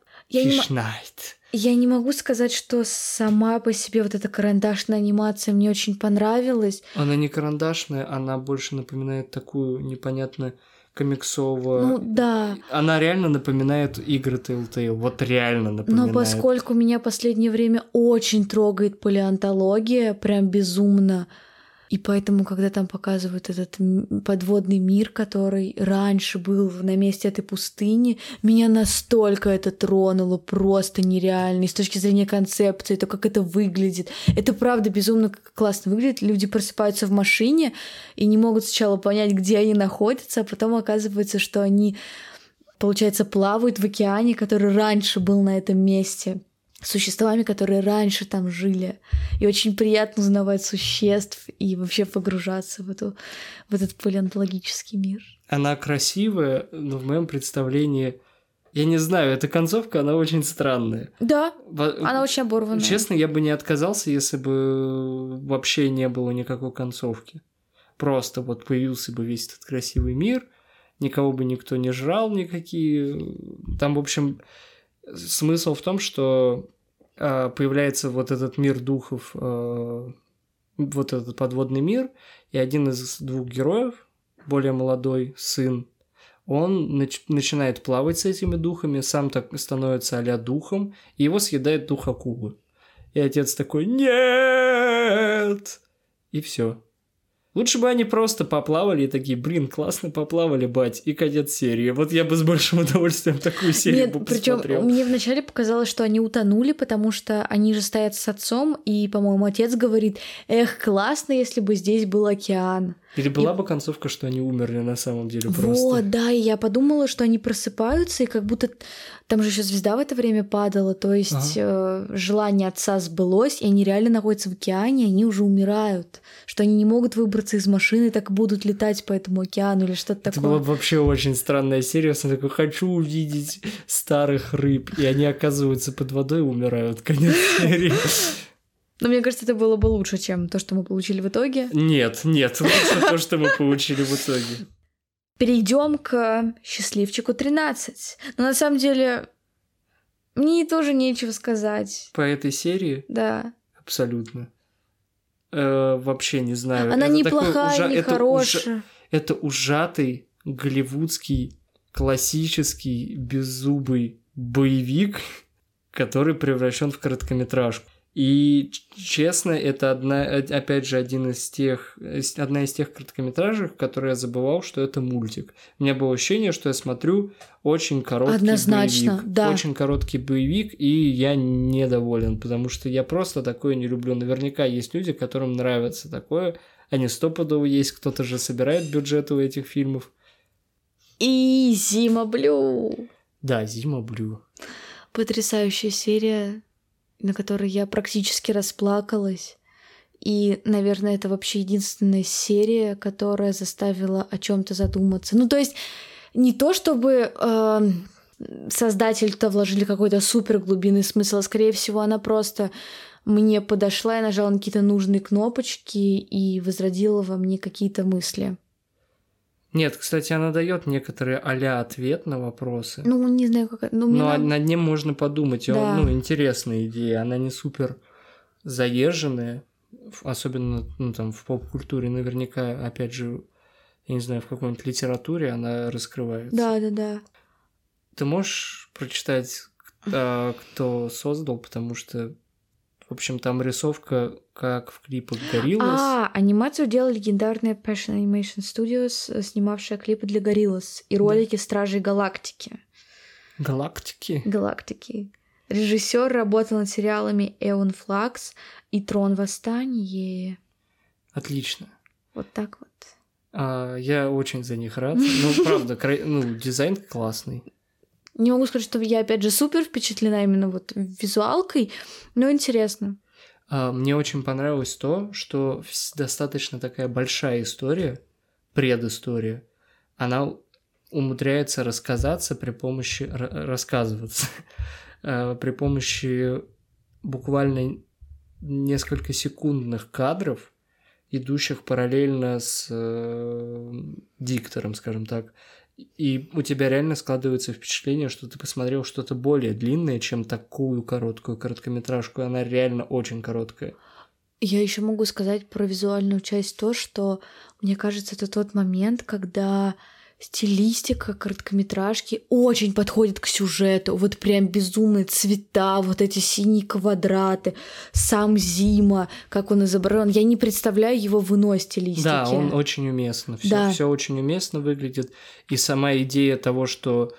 Я не могу сказать, что сама по себе вот эта карандашная анимация мне очень понравилась. Она не карандашная, она больше напоминает такую непонятно комиксовую. Да. Она реально напоминает игры Telltale. Вот реально напоминает. Но поскольку меня в последнее время очень трогает палеонтология, прям безумно, и поэтому, когда там показывают этот подводный мир, который раньше был на месте этой пустыни, меня настолько это тронуло, просто нереально. И с точки зрения концепции, то, как это выглядит. Это правда безумно классно выглядит. Люди просыпаются в машине и не могут сначала понять, где они находятся, а потом оказывается, что они, получается, плавают в океане, который раньше был на этом месте, существами, которые раньше там жили. И очень приятно узнавать существ и вообще погружаться в этот палеонтологический мир. Она красивая, но в моем представлении... Я не знаю, эта концовка, она очень странная. Да, она очень оборванная. Честно, я бы не отказался, если бы вообще не было никакой концовки. Просто вот появился бы весь этот красивый мир, никого бы никто не жрал никакие... Там, в общем... Смысл в том, что появляется вот этот мир духов, вот этот подводный мир, и один из двух героев, более молодой сын, он начинает плавать с этими духами, сам так становится а-ля духом, и его съедает дух акулы. И отец такой: «Нет!» И все. Лучше бы они просто поплавали и такие, блин, классно поплавали, бать, и конец серии. Вот я бы с большим удовольствием такую серию бы посмотрел. Причем мне вначале показалось, что они утонули, потому что они же стоят с отцом, и, по-моему, отец говорит, эх, классно, если бы здесь был океан. Или была бы концовка, что они умерли на самом деле просто. Вот, да, и я подумала, что они просыпаются, и как будто там же еще звезда в это время падала, то есть желание отца сбылось, и они реально находятся в океане, и они уже умирают, что они не могут выбраться из машины, так будут летать по этому океану или что-то такое. Это была бы вообще очень странная серия, я такой, хочу увидеть старых рыб, и они оказываются под водой и умирают. Конец серии. Но мне кажется, это было бы лучше, чем то, что мы получили в итоге. Нет, лучше то, что мы получили в итоге. Перейдем к «Счастливчику 13». Но на самом деле мне тоже нечего сказать. По этой серии? Да. Абсолютно. Вообще не знаю. Она неплохая, не хорошая. Это ужатый, голливудский, классический, беззубый боевик, который превращен в короткометражку. И, честно, это одна из тех короткометражек, в которые я забывал, что это мультик. У меня было ощущение, что я смотрю очень короткий боевик. Да. Очень короткий боевик, и я недоволен, потому что я просто такое не люблю. Наверняка есть люди, которым нравится такое. Они стопудово есть, кто-то же собирает бюджеты у этих фильмов. И «Зима Блю». Да, «Зима Блю». Потрясающая серия, на которой я практически расплакалась. И, наверное, это вообще единственная серия, которая заставила о чем-то задуматься. Ну, то есть, не то чтобы создатели-то вложили какой-то супер глубинный смысл, а скорее всего, она просто мне подошла и нажала на какие-то нужные кнопочки и возродила во мне какие-то мысли. Нет, кстати, она дает некоторые а-ля ответ на вопросы. Ну, не знаю, как... Но над ним можно подумать. Да. Интересная идея. Она не супер заезженная, особенно там, в поп-культуре. Наверняка, опять же, я не знаю, в какой-нибудь литературе она раскрывается. Да. Ты можешь прочитать, кто создал, потому что, в общем, там рисовка, как в клипах Gorillaz. Анимацию делала легендарная Passion Animation Studios, снимавшая клипы для Gorillaz и ролики Стражей Галактики. Галактики. Режиссер работал над сериалами Эон Флакс и Трон Восстание. Отлично. Вот так вот. Я очень за них рад. Ну, правда, дизайн классный. Не могу сказать, что я, опять же, супер впечатлена именно вот визуалкой, но интересно. Мне очень понравилось то, что достаточно такая большая история, предыстория, она умудряется рассказываться при помощи буквально несколько секундных кадров, идущих параллельно с диктором, скажем так. И у тебя реально складывается впечатление, что ты посмотрел что-то более длинное, чем такую короткую короткометражку. Она реально очень короткая. Я еще могу сказать про визуальную часть то, что мне кажется, это тот момент, когда стилистика короткометражки очень подходит к сюжету. Вот прям безумные цвета, вот эти синие квадраты, сам Зима, как он изображен. Я не представляю его в иной стилистике. Да, он очень уместно. Все очень уместно выглядит. И сама идея того, что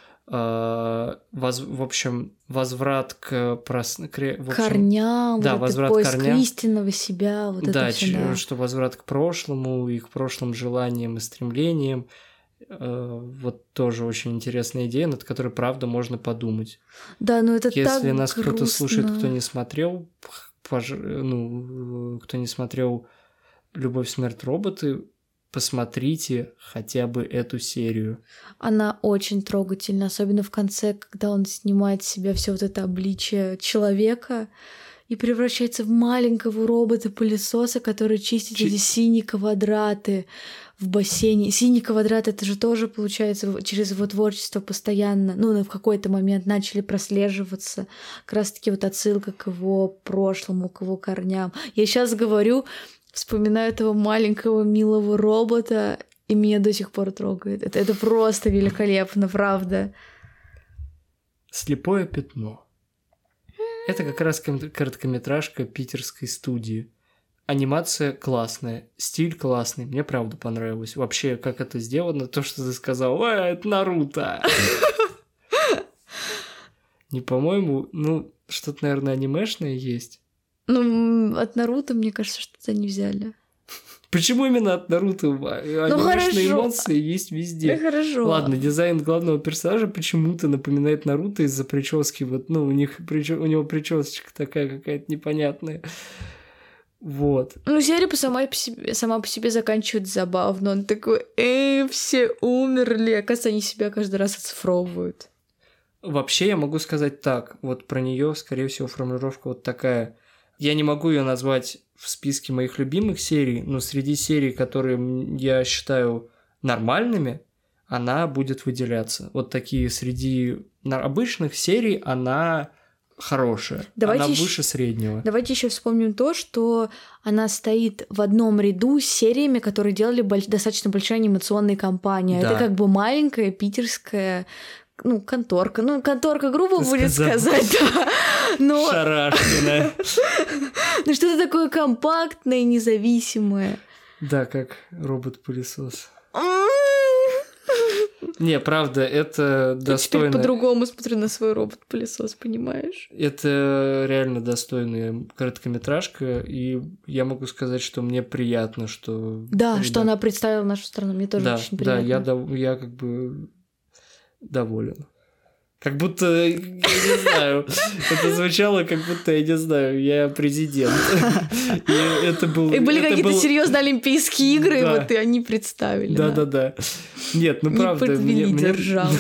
в общем, возврат к корням, да, вот возврат поиск к корням, истинного себя, вот это все, да. Что возврат к прошлому и к прошлым желаниям и стремлениям. Вот тоже очень интересная идея, над которой, правда, можно подумать. Да, но это так грустно. Если нас кто-то слушает, кто не смотрел, кто не смотрел «Любовь, смерть, роботы», посмотрите хотя бы эту серию. Она очень трогательна, особенно в конце, когда он снимает с себя все вот это обличие человека и превращается в маленького робота-пылесоса, который чистит эти синие квадраты в бассейне. Синий квадрат — это же тоже, получается, через его творчество постоянно, в какой-то момент начали прослеживаться как раз-таки вот отсылка к его прошлому, к его корням. Я сейчас говорю, вспоминаю этого маленького милого робота, и меня до сих пор трогает. Это просто великолепно, правда. «Слепое пятно». Это как раз короткометражка питерской студии. Анимация классная, стиль классный, мне правда понравилось. Вообще, как это сделано, то, что ты сказал, это Наруто. Не по-моему, ну, что-то, наверное, анимешное есть. Ну, от Наруто, мне кажется, что-то не взяли. Почему именно от Наруто? Анимешные эмоции есть везде. Ну, хорошо. Ладно, дизайн главного персонажа почему-то напоминает Наруто из-за прически. Вот, ну, у него причесочка такая какая-то непонятная. Вот. Ну, серия сама по себе заканчивается забавно. Он такой, все умерли. Оказывается, они себя каждый раз оцифровывают. Вообще, я могу сказать так. Вот про нее, скорее всего, формулировка вот такая. Я не могу ее назвать в списке моих любимых серий, но среди серий, которые я считаю нормальными, она будет выделяться. Вот такие среди обычных серий она хорошая. Она выше среднего. Давайте еще вспомним то, что она стоит в одном ряду с сериями, которые делали достаточно большие анимационные компании. Да. Это как бы маленькая питерская конторка. Ну, конторка грубо будет сказать, да. Но... Шарашкина. Ну, что-то такое компактное, независимое. Да, как робот-пылесос. Не, правда, это достойно... Я теперь по-другому смотрю на свой робот-пылесос, понимаешь? Это реально достойная короткометражка, и я могу сказать, что мне приятно, что... Да, что она представила нашу страну, мне тоже очень приятно. Да, я как бы доволен. Как будто, я не знаю, это звучало, как будто, я не знаю, я президент. И были какие-то серьезные Олимпийские игры, и вот и они представили. Да. Нет, ну правда. Не подвели державу.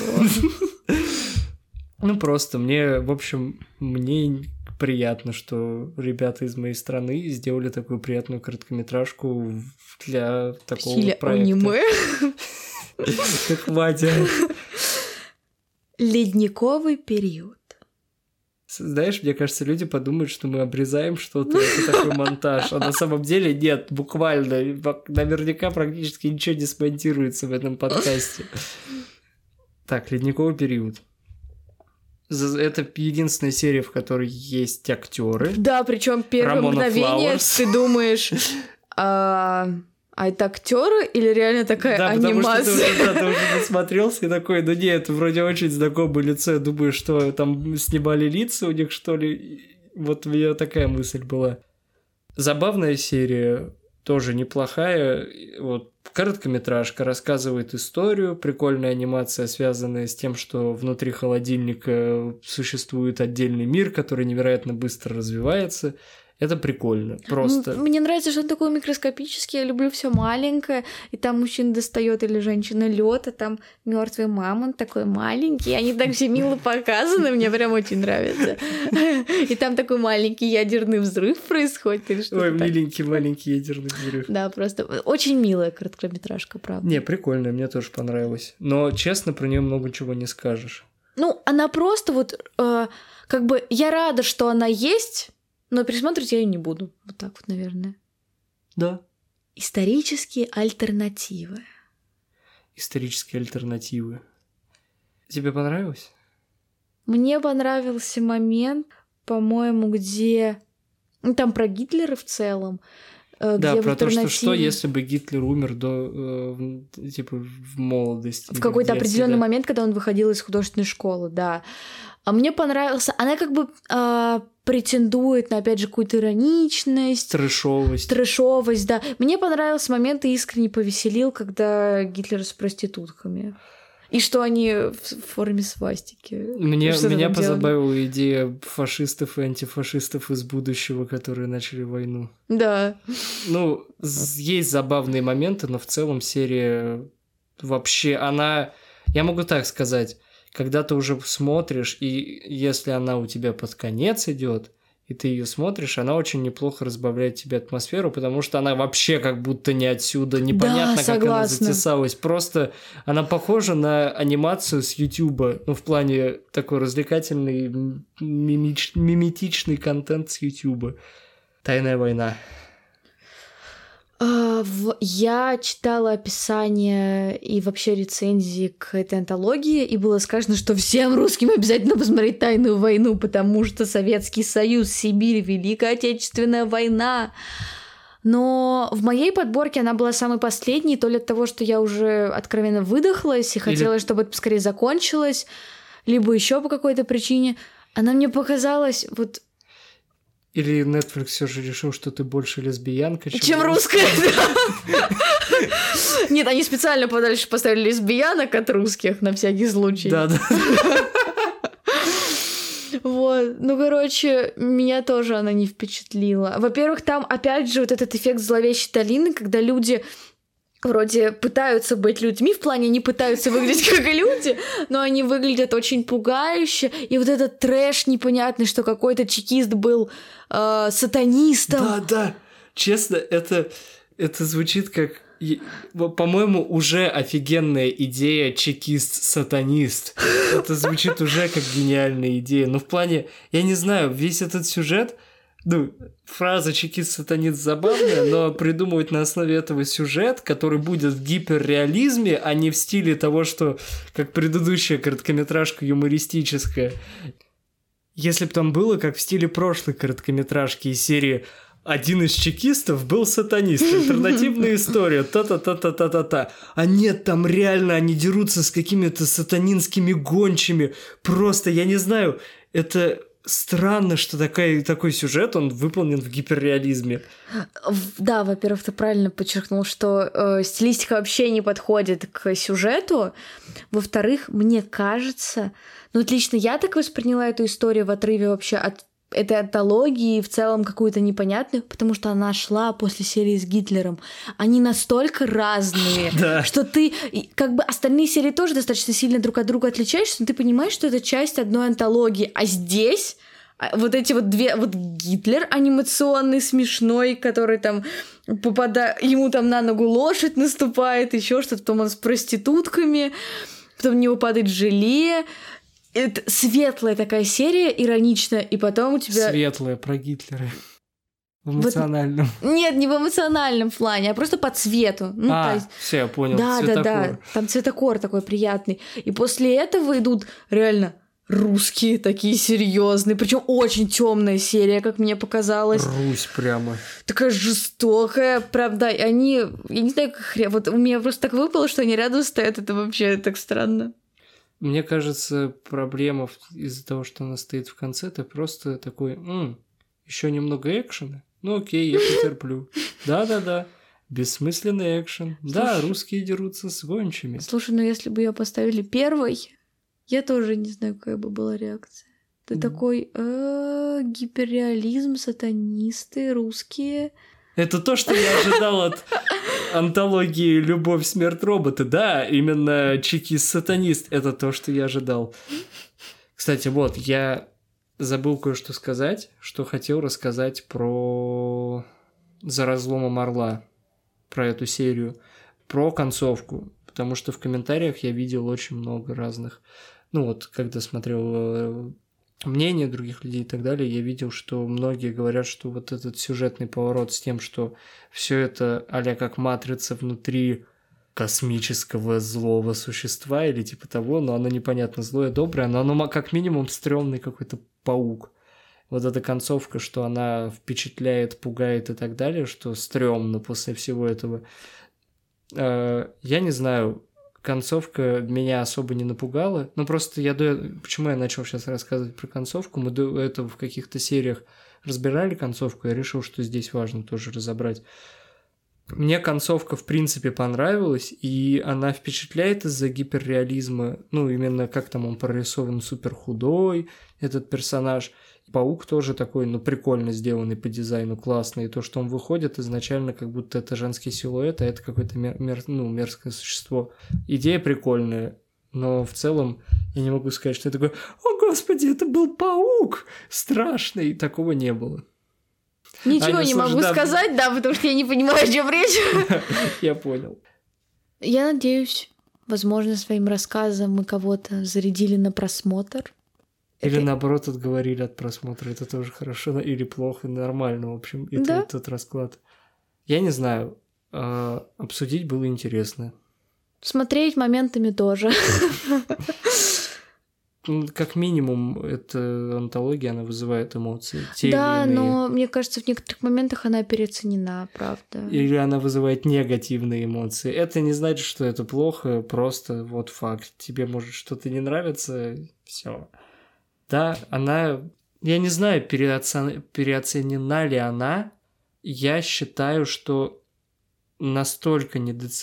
Ну просто, в общем, мне приятно, что ребята из моей страны сделали такую приятную короткометражку для такого проекта. Аниме. Как Вадя. Ледниковый период. Знаешь, мне кажется, люди подумают, что мы обрезаем что-то, это такой монтаж. А на самом деле нет, буквально. Наверняка практически ничего не смонтируется в этом подкасте. Так, ледниковый период. Это единственная серия, в которой есть актеры. Да, причем первое мгновение ты думаешь... А это актеры или реально такая анимация? Да, ты уже насмотрелся и такой, ну нет, вроде очень знакомое лицо. Я думаю, что там снимали лица у них, что ли. Вот у меня такая мысль была. Забавная серия, тоже неплохая. Вот короткометражка, рассказывает историю, прикольная анимация, связанная с тем, что внутри холодильника существует отдельный мир, который невероятно быстро развивается. Это прикольно, просто. Мне нравится, что он такой микроскопический. Я люблю все маленькое. И там мужчина достает или женщина лед, а там мертвый мамонт такой маленький. Они так все мило показаны, мне прям очень нравится. И там такой маленький ядерный взрыв происходит или что-то. Ой, миленький маленький ядерный взрыв. Да, просто очень милая короткометражка, правда. Не, прикольная, мне тоже понравилась. Но честно, про нее много чего не скажешь. Ну, она просто вот как бы я рада, что она есть. Но пересматривать я ее не буду. Вот так вот, наверное. Да. Исторические альтернативы. Исторические альтернативы. Тебе понравилось? Мне понравился момент, по-моему, где... Ну, там про Гитлера в целом. Да, про то, что если бы Гитлер умер в молодости. В какой-то определенный момент, когда он выходил из художественной школы, да. А мне понравился... Она как бы претендует на, опять же, какую-то ироничность. Трэшовость, да. Мне понравился момент и искренне повеселил, когда Гитлер с проститутками. И что они в форме свастики. Меня позабавила идея фашистов и антифашистов из будущего, которые начали войну. Да. Ну, есть забавные моменты, но в целом серия вообще... Она... Я могу так сказать... Когда ты уже смотришь, и если она у тебя под конец идет, и ты ее смотришь, она очень неплохо разбавляет тебе атмосферу, потому что она вообще как будто не отсюда, непонятно, да, как она затесалась. Просто она похожа на анимацию с Ютуба, ну, в плане такой развлекательный, миметичный контент с Ютуба. «Тайная война». Я читала описание и вообще рецензии к этой антологии, и было сказано, что всем русским обязательно посмотреть «Тайную войну», потому что Советский Союз, Сибирь, Великая Отечественная война. Но в моей подборке она была самой последней, то ли от того, что я уже откровенно выдохлась и хотела, чтобы это скорее закончилось, либо еще по какой-то причине. Она мне показалась вот... Или Netflix все же решил, что ты больше лесбиянка, чем русская. Нет, они специально подальше поставили лесбиянок от русских на всякий случай. Да. Вот, ну, короче, меня тоже она не впечатлила. Во-первых, там, опять же, вот этот эффект зловещей долины, когда люди вроде пытаются быть людьми, в плане они пытаются выглядеть как люди, но они выглядят очень пугающе. И вот этот трэш непонятный, что какой-то чекист был сатанистом. Да. Честно, это звучит как... По-моему, уже офигенная идея чекист-сатанист. Это звучит уже как гениальная идея. Но в плане, я не знаю, весь этот сюжет... Ну, фраза «чекист-сатанист» забавная, но придумывать на основе этого сюжет, который будет в гиперреализме, а не в стиле того, что как предыдущая короткометражка юмористическая. Если бы там было, как в стиле прошлой короткометражки из серии «Один из чекистов был сатанист. Альтернативная история. Та-та-та-та-та-та-та». А нет, там реально они дерутся с какими-то сатанинскими гончими. Просто, я не знаю, это... Странно, что такой сюжет, он выполнен в гиперреализме. Да, во-первых, ты правильно подчеркнул, что стилистика вообще не подходит к сюжету. Во-вторых, мне кажется... Ну, вот лично я так восприняла эту историю в отрыве вообще от этой антологии, в целом какую-то непонятную, потому что она шла после серии с Гитлером. Они настолько разные, что ты... Как бы остальные серии тоже достаточно сильно друг от друга отличаешься, но ты понимаешь, что это часть одной антологии. А здесь вот эти вот две... Вот Гитлер анимационный, смешной, который там попадает... Ему там на ногу лошадь наступает, еще что-то, потом он с проститутками, потом в него падает желе... Это светлая такая серия, ироничная, и потом у тебя... Светлая, про Гитлера. В эмоциональном. Вот... Нет, не в эмоциональном плане, а просто по цвету. Ну, есть... все, я понял, цветокор. Да, там цветокор такой приятный. И после этого идут реально русские такие серьезные, причем очень темная серия, как мне показалось. Русь прямо. Такая жестокая, правда. И они, я не знаю, как вот у меня просто так выпало, что они рядом стоят, это вообще так странно. Мне кажется, проблема из-за того, что она стоит в конце, это просто такой, еще немного экшена? Ну окей, я потерплю. Да-да-да, бессмысленный экшен. Да, русские дерутся с гончими. Слушай, ну если бы ее поставили первой, я тоже не знаю, какая бы была реакция. Ты такой, гиперреализм, сатанисты, русские... Это то, что я ожидал от антологии «Любовь, смерть, роботы». Да, именно чекист-сатанист. Это то, что я ожидал. Кстати, вот, я забыл кое-что сказать, что хотел рассказать про «За разломом орла», про эту серию, про концовку. Потому что в комментариях я видел очень много разных... Ну вот, когда смотрел... мнение других людей и так далее, я видел, что многие говорят, что вот этот сюжетный поворот с тем, что все это а-ля как матрица внутри космического злого существа или типа того, но оно непонятно злое, доброе, но оно как минимум стрёмный какой-то паук. Вот эта концовка, что она впечатляет, пугает и так далее, что стрёмно после всего этого. Я не знаю, концовка меня особо не напугала. Ну, просто почему я начал сейчас рассказывать про концовку? Мы до этого в каких-то сериях разбирали концовку, я решил, что здесь важно тоже разобрать. Мне концовка, в принципе, понравилась, и она впечатляет из-за гиперреализма. Ну, именно как там он прорисован супер худой, этот персонаж. Паук тоже такой, прикольно сделанный по дизайну, классный. И то, что он выходит изначально, как будто это женский силуэт, а это какое-то мерзкое существо. Идея прикольная, но в целом я не могу сказать, что я такой: «О, господи, это был паук! Страшный!» Такого не было. Ничего не могу сказать, да, потому что я не понимаю, о чем речь. Я понял. Я надеюсь, возможно, своим рассказом мы кого-то зарядили на просмотр. Или наоборот отговорили от просмотра. Это тоже хорошо или плохо, нормально, в общем, и тот расклад. Я не знаю. Обсудить было интересно. Смотреть моментами тоже. как минимум, эта антология, она вызывает эмоции. Те Да, или иные. но мне кажется, в некоторых моментах она переоценена, правда. Или она вызывает негативные эмоции. Это не значит, что это плохо, просто вот факт. Тебе может что-то не нравится, все. Да, она... Я не знаю, переоценена ли она. Я считаю, что настолько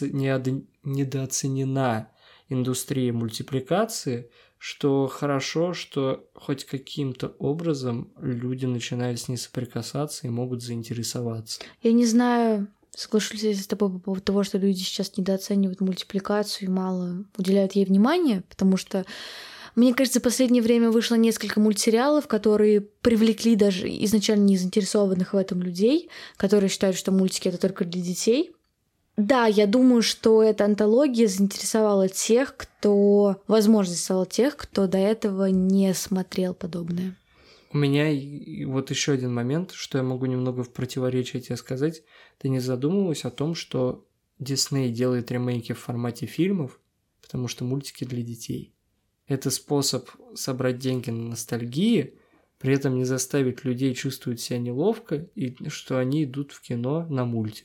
недооценена индустрия мультипликации, что хорошо, что хоть каким-то образом люди начинают с ней соприкасаться и могут заинтересоваться. Я не знаю, соглашусь я с тобой по поводу того, что люди сейчас недооценивают мультипликацию и мало уделяют ей внимания, потому что, мне кажется, в последнее время вышло несколько мультсериалов, которые привлекли даже изначально не заинтересованных в этом людей, которые считают, что мультики — это только для детей. Да, я думаю, что эта антология заинтересовала тех, кто... Возможно, заинтересовала тех, кто до этого не смотрел подобное. У меня вот еще один момент, что я могу немного в противоречие тебе сказать. Ты не задумывалась о том, что Дисней делает ремейки в формате фильмов, потому что мультики для детей. Это способ собрать деньги на ностальгии, при этом не заставить людей чувствовать себя неловко, и что они идут в кино на мультик.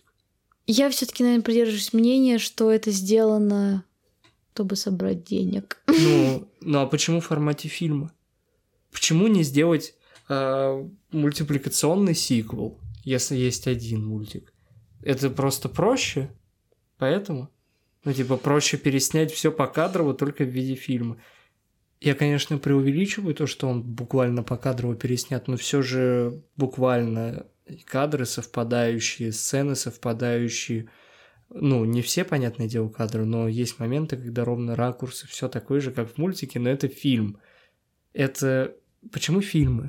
Я все-таки, наверное, придерживаюсь мнения, что это сделано, чтобы собрать денег. Ну а почему в формате фильма? Почему не сделать мультипликационный сиквел, если есть один мультик? Это просто проще, поэтому? Проще переснять все покадрово только в виде фильма. Я, конечно, преувеличиваю то, что он буквально покадрово переснят, но все же буквально кадры совпадающие, сцены совпадающие. Не все, понятное дело, кадры, но есть моменты, когда ровно ракурсы, все такое же, как в мультике, но это фильм. Это... Почему фильмы?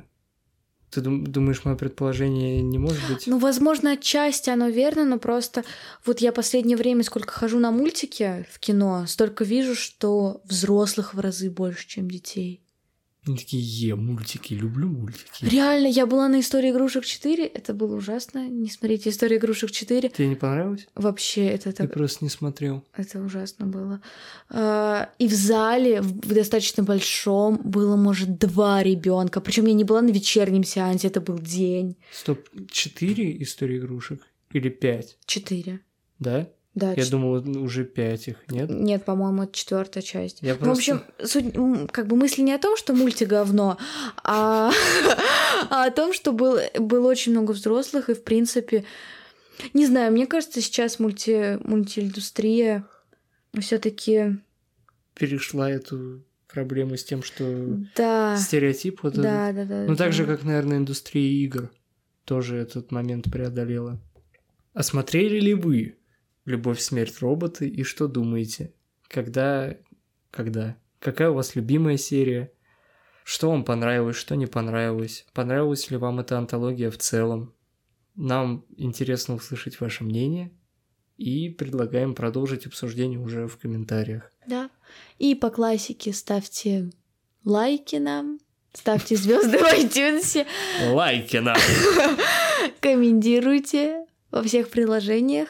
Ты думаешь, мое предположение не может быть? Возможно, отчасти оно верно, но просто вот я последнее время сколько хожу на мультики в кино, столько вижу, что взрослых в разы больше, чем детей. Они такие, мультики, люблю мультики. Реально, я была на «Истории игрушек 4», это было ужасно. Не смотрите «Истории игрушек 4». Тебе не понравилось? Вообще, это так... Я просто не смотрел. Это ужасно было. И в зале, в достаточно большом, было, может, 2 ребенка. Причем я не была на вечернем сеансе, это был день. Стоп, 4 «Истории игрушек» или 5? 4. Да? Да, я думал, уже 5 их, нет? Нет, по-моему, это 4-я часть. Я просто... В общем, суть, мысль не о том, что мультик говно, а о том, что было очень много взрослых, и, в принципе, не знаю, мне кажется, сейчас мультииндустрия все-таки перешла эту проблему с тем, что да. стереотип вот да, этот. Да, так же, как, наверное, индустрия игр тоже этот момент преодолела. А смотрели ли вы «Любовь, смерть, роботы» и что думаете? Когда? Какая у вас любимая серия? Что вам понравилось, что не понравилось? Понравилась ли вам эта антология в целом? Нам интересно услышать ваше мнение и предлагаем продолжить обсуждение уже в комментариях. Да. И по классике ставьте лайки нам, ставьте звезды в iTunes. Лайки нам! Комментируйте во всех приложениях,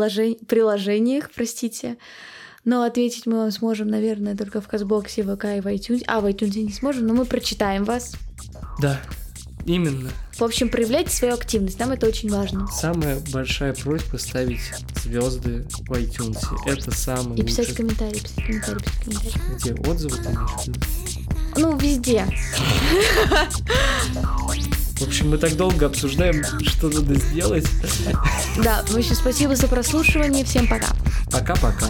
простите. Но ответить мы вам сможем, наверное, только в Казбоксе, ВК и в iTunes. В iTunes не сможем, но мы прочитаем вас. Да, именно. В общем, проявляйте свою активность, нам это очень важно. Самая большая просьба ставить звезды в iTunes. Это самое И писать комментарии, Где отзывы там? Везде. В общем, мы так долго обсуждаем, что надо сделать. Да, в общем, спасибо за прослушивание. Всем пока. Пока-пока.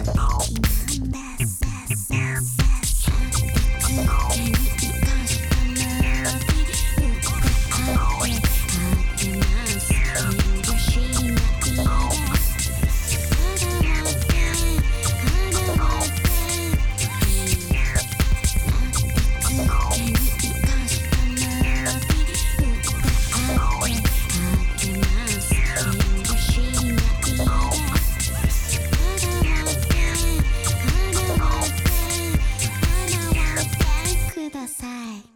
ください。